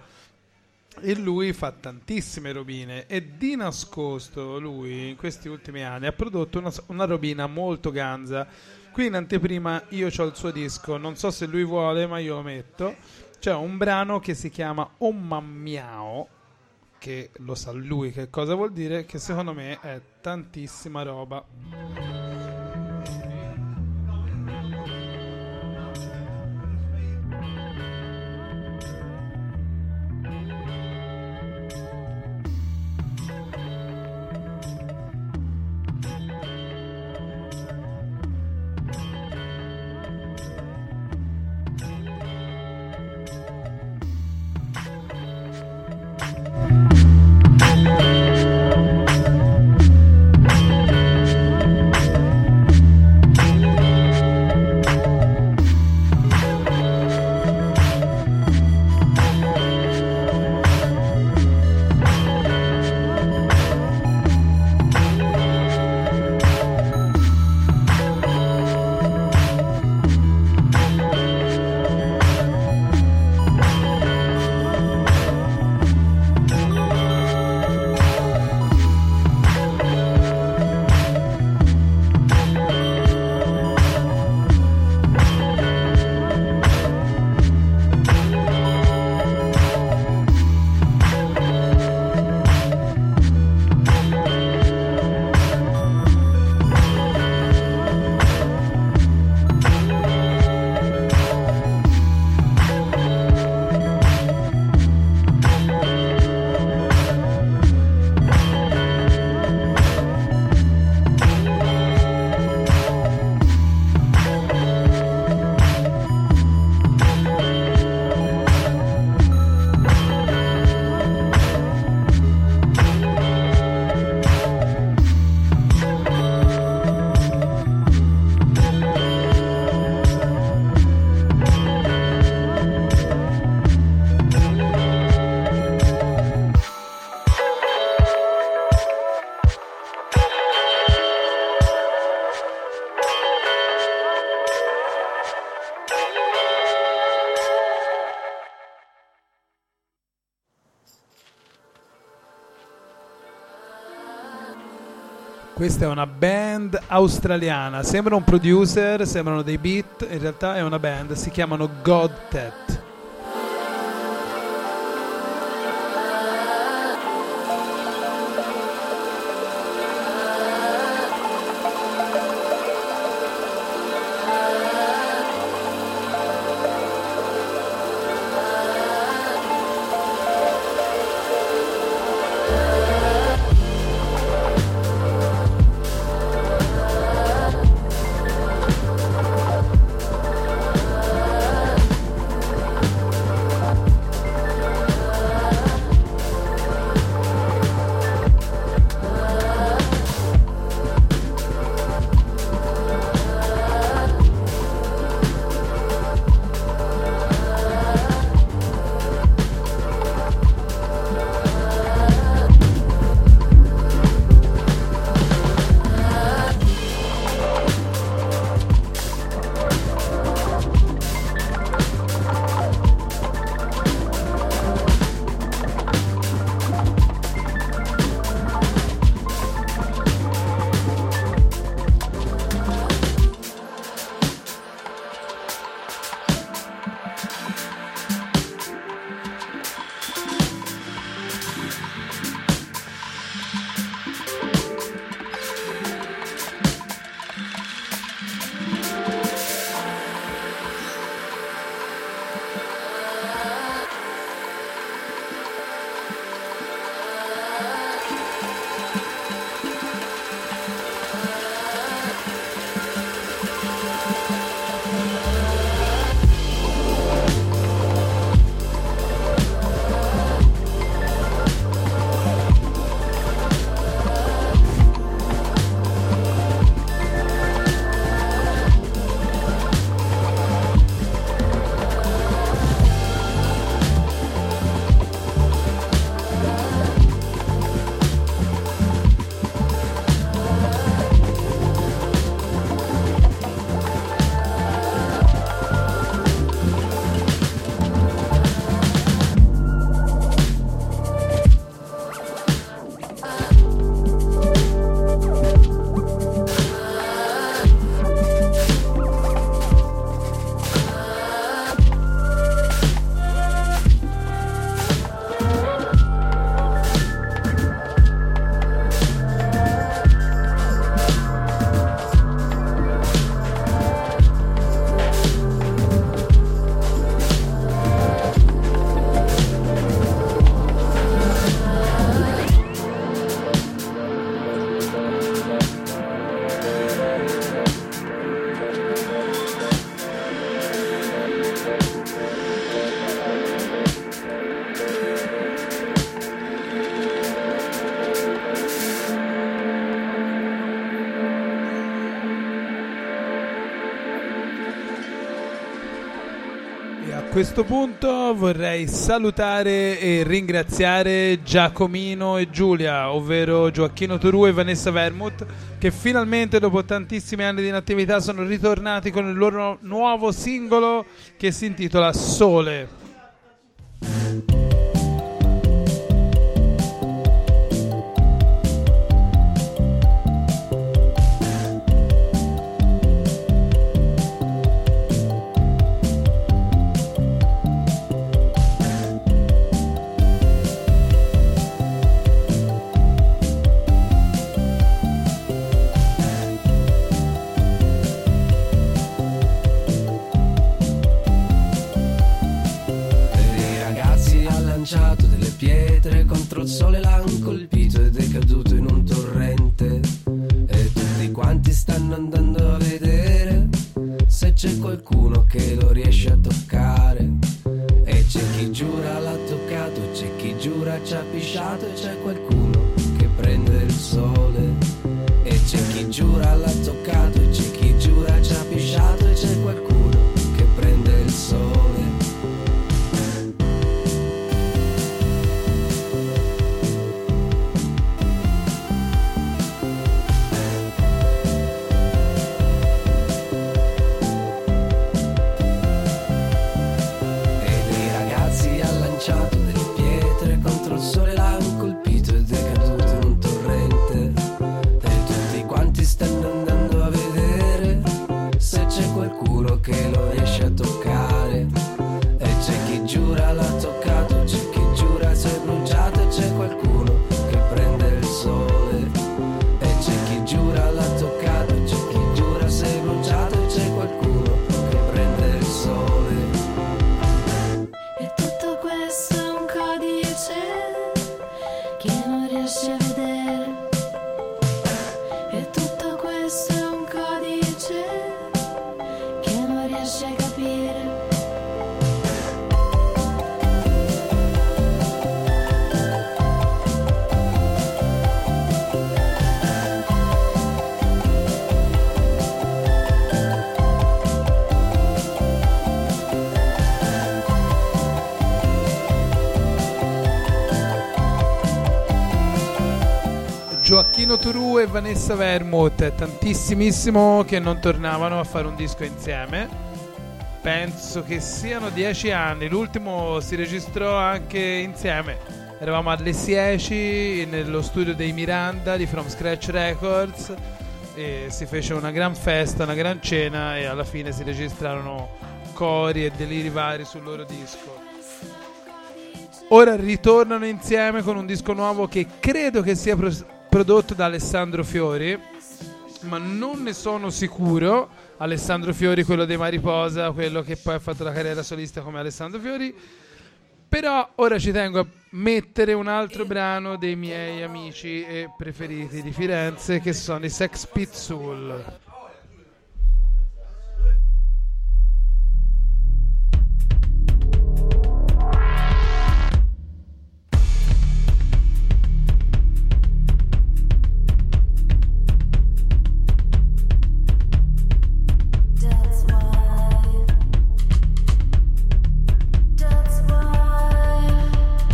e lui fa tantissime robine, e di nascosto lui in questi ultimi anni ha prodotto una, una robina molto ganza. Qui in anteprima io ho il suo disco, non so se lui vuole ma io lo metto. C'è un brano che si chiama Oh Mammiao, che lo sa lui che cosa vuol dire, che secondo me è tantissima roba. Thank Questa è una band australiana, sembra un producer, sembrano dei beat, in realtà è una band, si chiamano Godtet. A questo punto vorrei salutare e ringraziare Giacomino e Giulia, ovvero Gioacchino Torù e Vanessa Vermouth, che finalmente dopo tantissimi anni di inattività sono ritornati con il loro nuovo singolo che si intitola Sole. Delle pietre contro il sole l'han colpito ed è caduto in un torrente e tutti quanti stanno andando a vedere se c'è qualcuno che lo riesce a toccare e c'è chi giura l'ha toccato, c'è chi giura ci ha pisciato e c'è qualcuno che prende il sole e c'è chi giura l'ha toccato e c'è chi giura ci ha pisciato e c'è qualcuno che prende il sole. chi giura l'ha toccato, c'è chi giura si è bruciato e c'è qualcuno che prende il sole. E c'è chi giura l'ha toccato, c'è chi giura si è bruciato e c'è qualcuno che prende il sole. E tutto questo è un codice che non riesci a vedere. E tutto questo è un codice che non riesci a capire. Gioacchino Turù e Vanessa Vermouth, è tantissimissimo che non tornavano a fare un disco insieme. Penso che siano dieci anni. L'ultimo si registrò anche insieme. Eravamo alle Sieci nello studio dei Miranda di From Scratch Records e si fece una gran festa, una gran cena e alla fine si registrarono cori e deliri vari sul loro disco. Ora ritornano insieme con un disco nuovo che credo che sia pro- prodotto da Alessandro Fiori, ma non ne sono sicuro. Alessandro Fiori, quello dei Mariposa, quello che poi ha fatto la carriera solista come Alessandro Fiori. Però ora ci tengo a mettere un altro brano dei miei amici e preferiti di Firenze, che sono i Sex Pistols. That's why, that's why,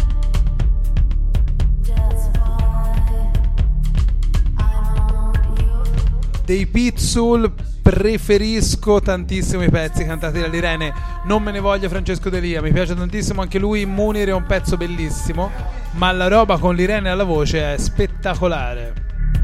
that's why I'm on you. Dei Pizzul preferisco tantissimo i pezzi cantati dall'Irene. Non me ne voglia Francesco Delia, mi piace tantissimo anche lui. Munir è un pezzo bellissimo, ma la roba con l'Irene alla voce è spettacolare.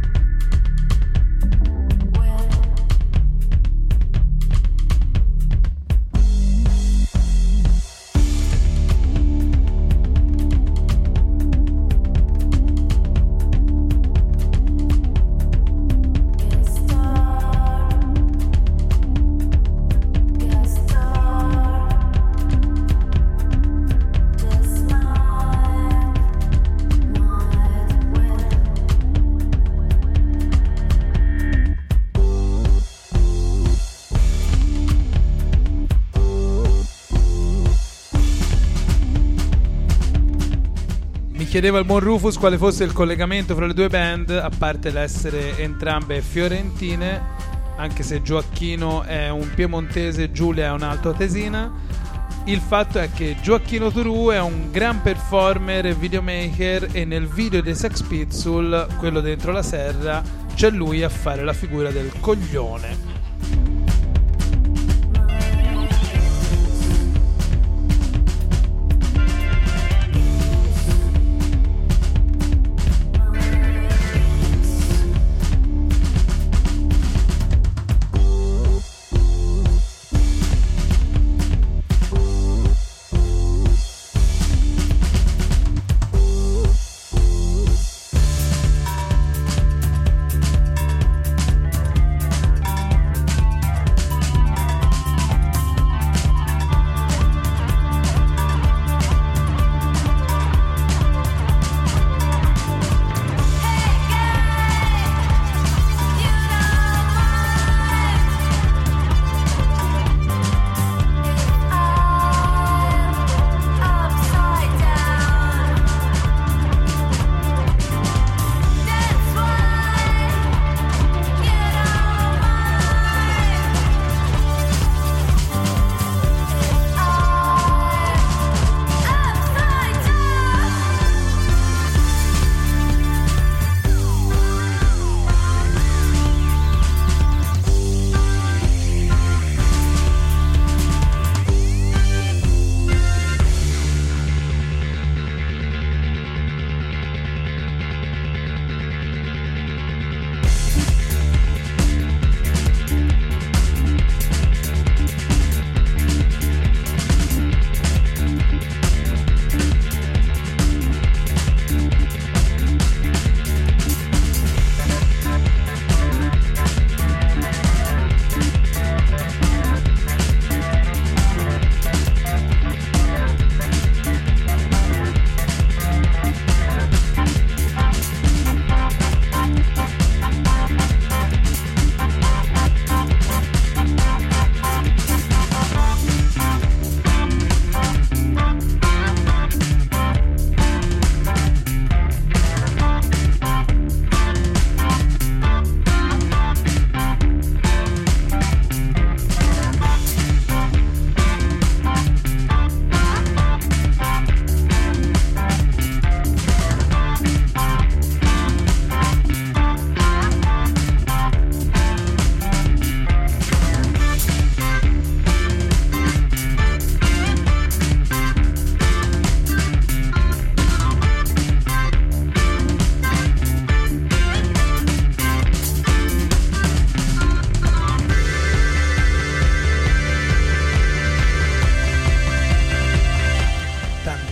Chiedeva al buon Rufus quale fosse il collegamento fra le due band, a parte l'essere entrambe fiorentine, anche se Gioacchino è un piemontese e Giulia è un'altoatesina. Il fatto è che Gioacchino Turù è un gran performer e videomaker e nel video dei Sex Pistols, quello dentro la serra, c'è lui a fare la figura del coglione.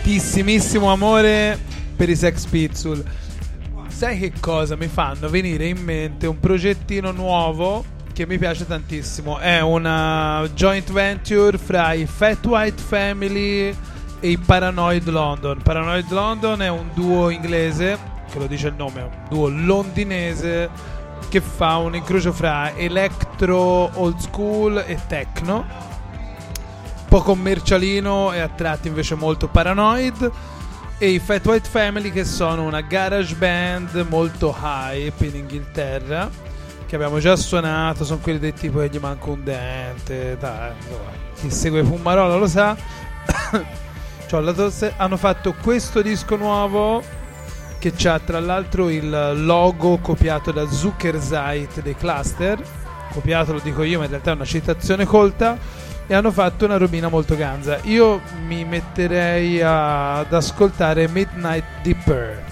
tantissimissimo amore per i Sex Pistols. Sai che cosa mi fanno venire in mente? Un progettino nuovo che mi piace tantissimo. È una joint venture fra i Fat White Family e i Paranoid London. Paranoid London è un duo inglese, che lo dice il nome, è un duo londinese che fa un incrocio fra electro, old school e techno, un po' commercialino e a tratti invece molto paranoid. E i Fat White Family, che sono una garage band molto hype in Inghilterra, che abbiamo già suonato, sono quelli del tipo che gli manca un dente, dai, chi segue Fumarola lo sa. C'ho la tosse. Hanno fatto questo disco nuovo che c'ha tra l'altro il logo copiato da Zuckerzeit dei Cluster, copiato lo dico io ma in realtà è una citazione colta, e hanno fatto una robina molto ganza. Io mi metterei a- ad ascoltare Midnight Dipper.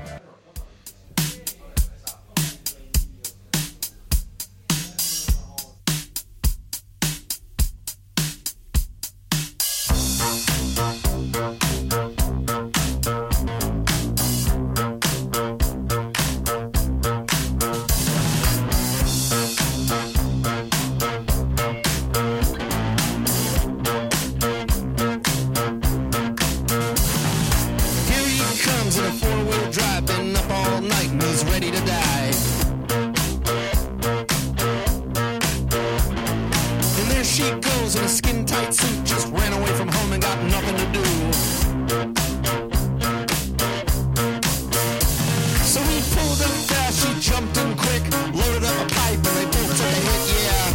Here he comes in a four-wheel drive, been up all night and he's ready to die. And there she goes in a skin-tight suit, just ran away from home and got nothing to do. So he pulled up fast, she jumped in quick, loaded up a pipe and they both took a hit, yeah.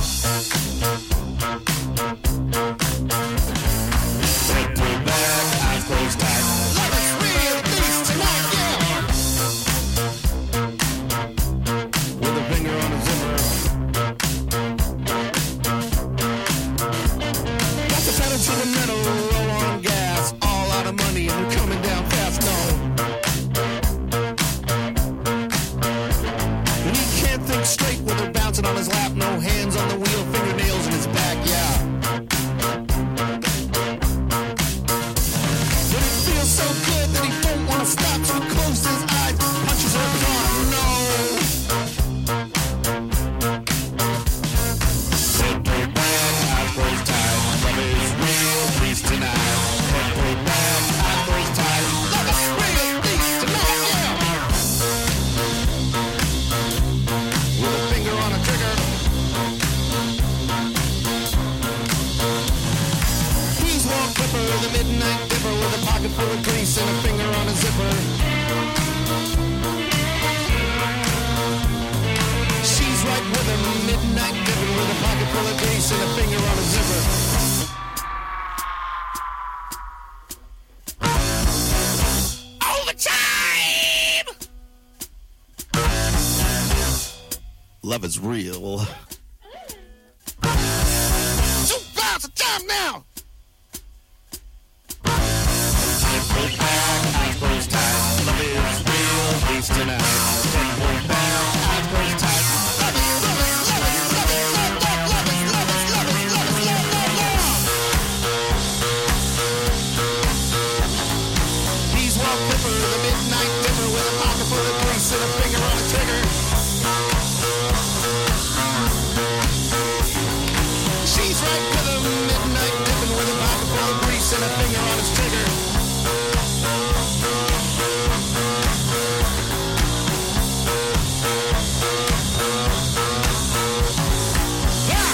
Head pulled back, eyes closed tight. Love is real, at least tonight, yeah. With a finger on the zipper. Got the pedal to the metal, roll on gas. All out of money and we're coming down fast, no. And he can't think straight with her bouncing on his lap. No hands on the wheel, fingernails in his back, yeah. But it feels so good that he don't want to stop, so he closes his eyes, punches her car, no. Head pulled back, eyes closed tight. Love is real, please tonight. Head pulled back, eyes closed tight. Love is real, please tonight, yeah. With a finger on a trigger. He's Walt Clipper, the midnight dipper, with a pocket full of grease and a finger on a zipper. She's right with him, midnight dipper, with a pocket full of grease and a finger on a zipper. Overtime! Love is real. Two pounds of time now! Head pulled back, eyes closed tight. Love is real, please tonight. Head pulled back, eyes closed tight. Love is, love is, love is, love is, love, love, love is, love is, love is, love is, love, love, love. He's Walt Clipper, the midnight dipper, with a pocket full of grease and a finger on a trigger. She's right with him, midnight dipping, with a pocket full of grease and a finger on his trigger. Yeah!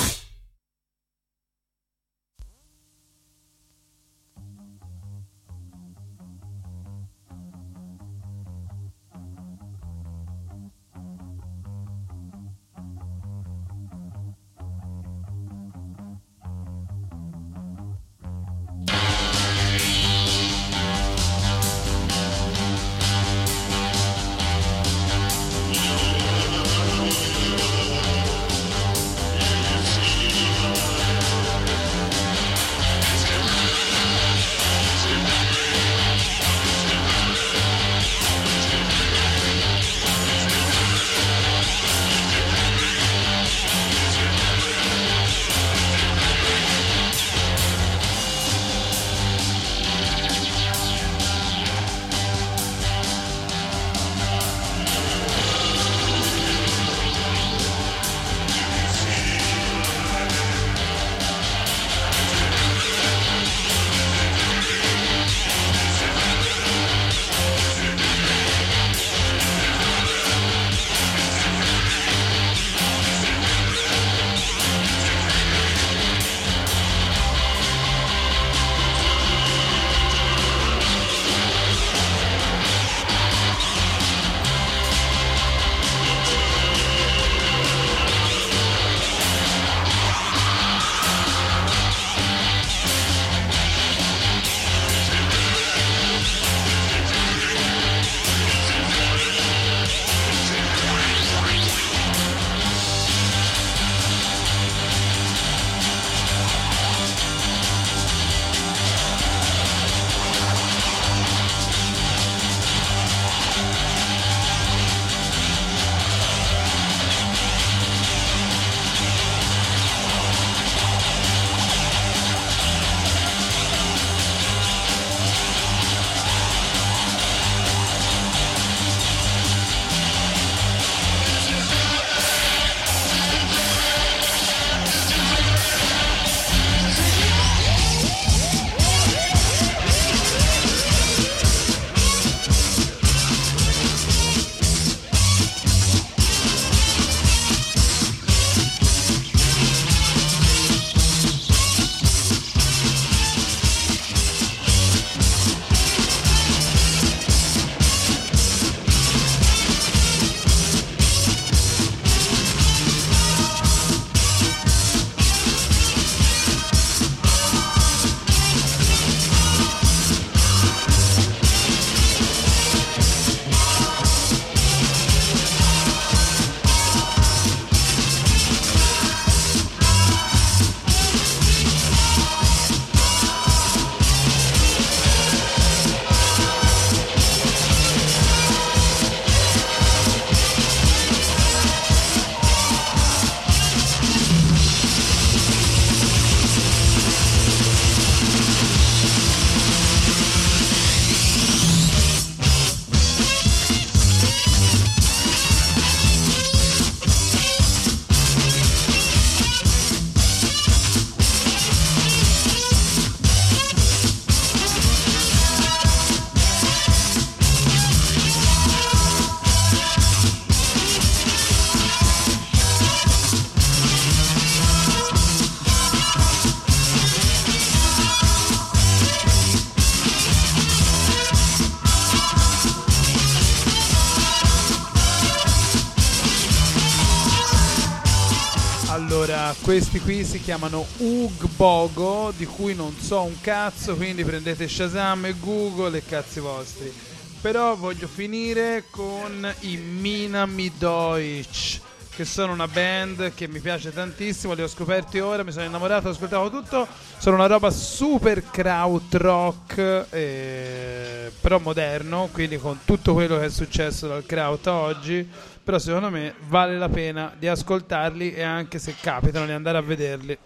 Allora, questi qui si chiamano Ugbogo, di cui non so un cazzo, quindi prendete Shazam e Google e cazzi vostri. Però voglio finire con i Minami Deutsch, che sono una band che mi piace tantissimo, li ho scoperti ora, mi sono innamorato, ascoltavo tutto, sono una roba super krautrock, eh, però moderno, quindi con tutto quello che è successo dal kraut a oggi, però secondo me vale la pena di ascoltarli e anche se capitano di andare a vederli.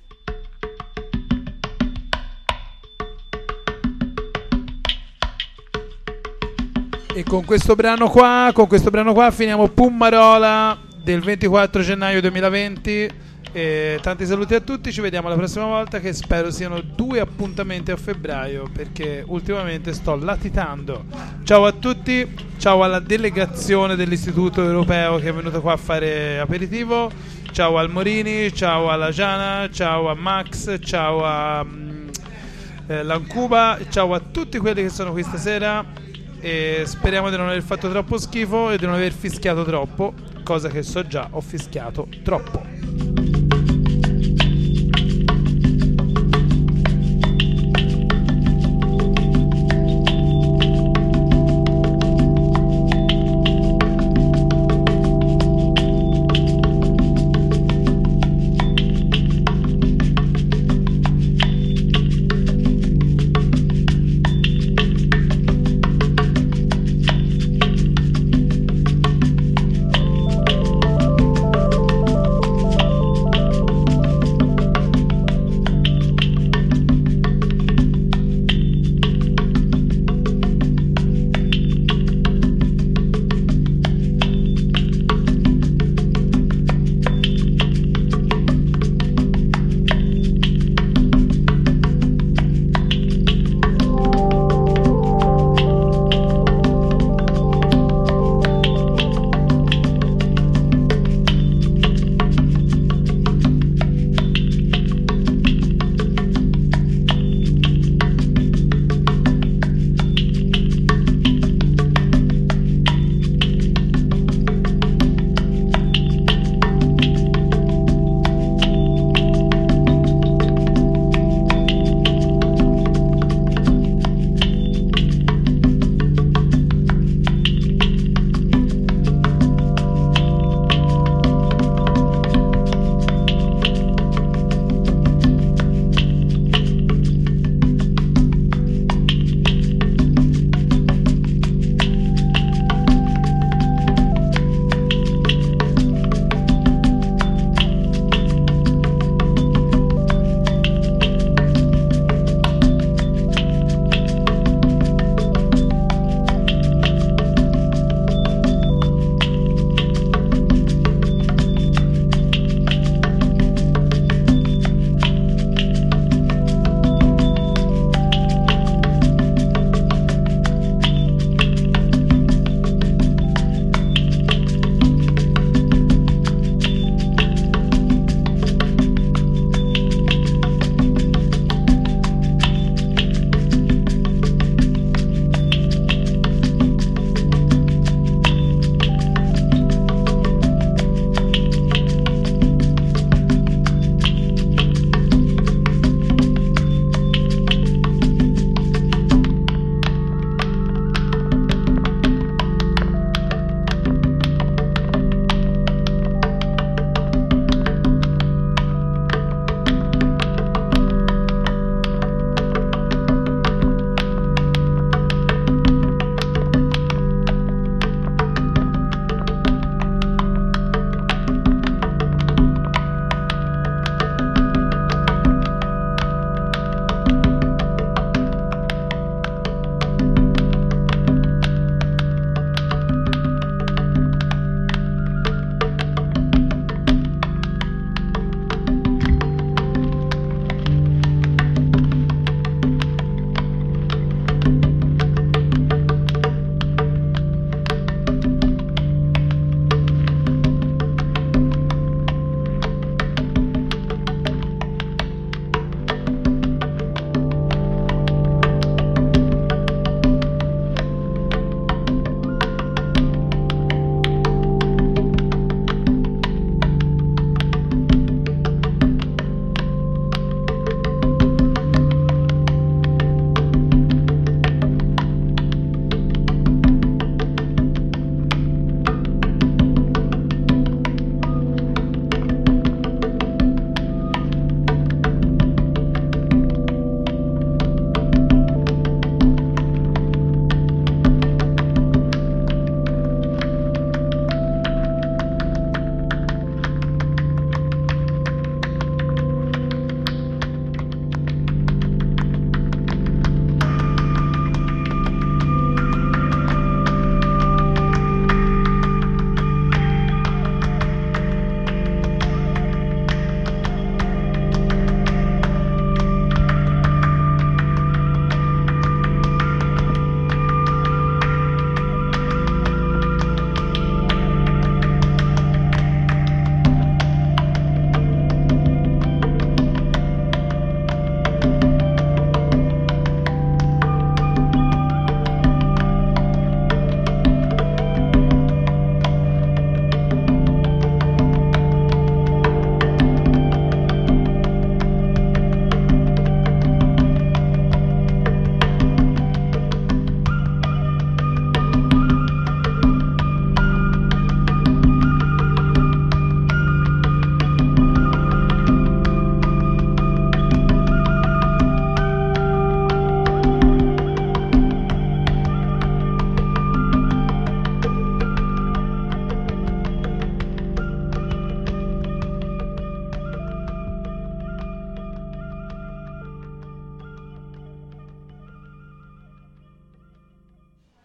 E con questo brano qua, con questo brano qua finiamo Pummarola del ventiquattro gennaio duemilaventi. E tanti saluti a tutti, ci vediamo la prossima volta, che spero siano due appuntamenti a febbraio, perché ultimamente sto latitando. Ciao a tutti, ciao alla delegazione dell'Istituto Europeo che è venuto qua a fare aperitivo, ciao al Morini, ciao alla Giana, ciao a Max, ciao a mm, eh, Lancuba, ciao a tutti quelli che sono qui stasera. E speriamo di non aver fatto troppo schifo e di non aver fischiato troppo, cosa che so già, ho fischiato troppo.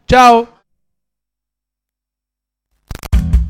Ciao!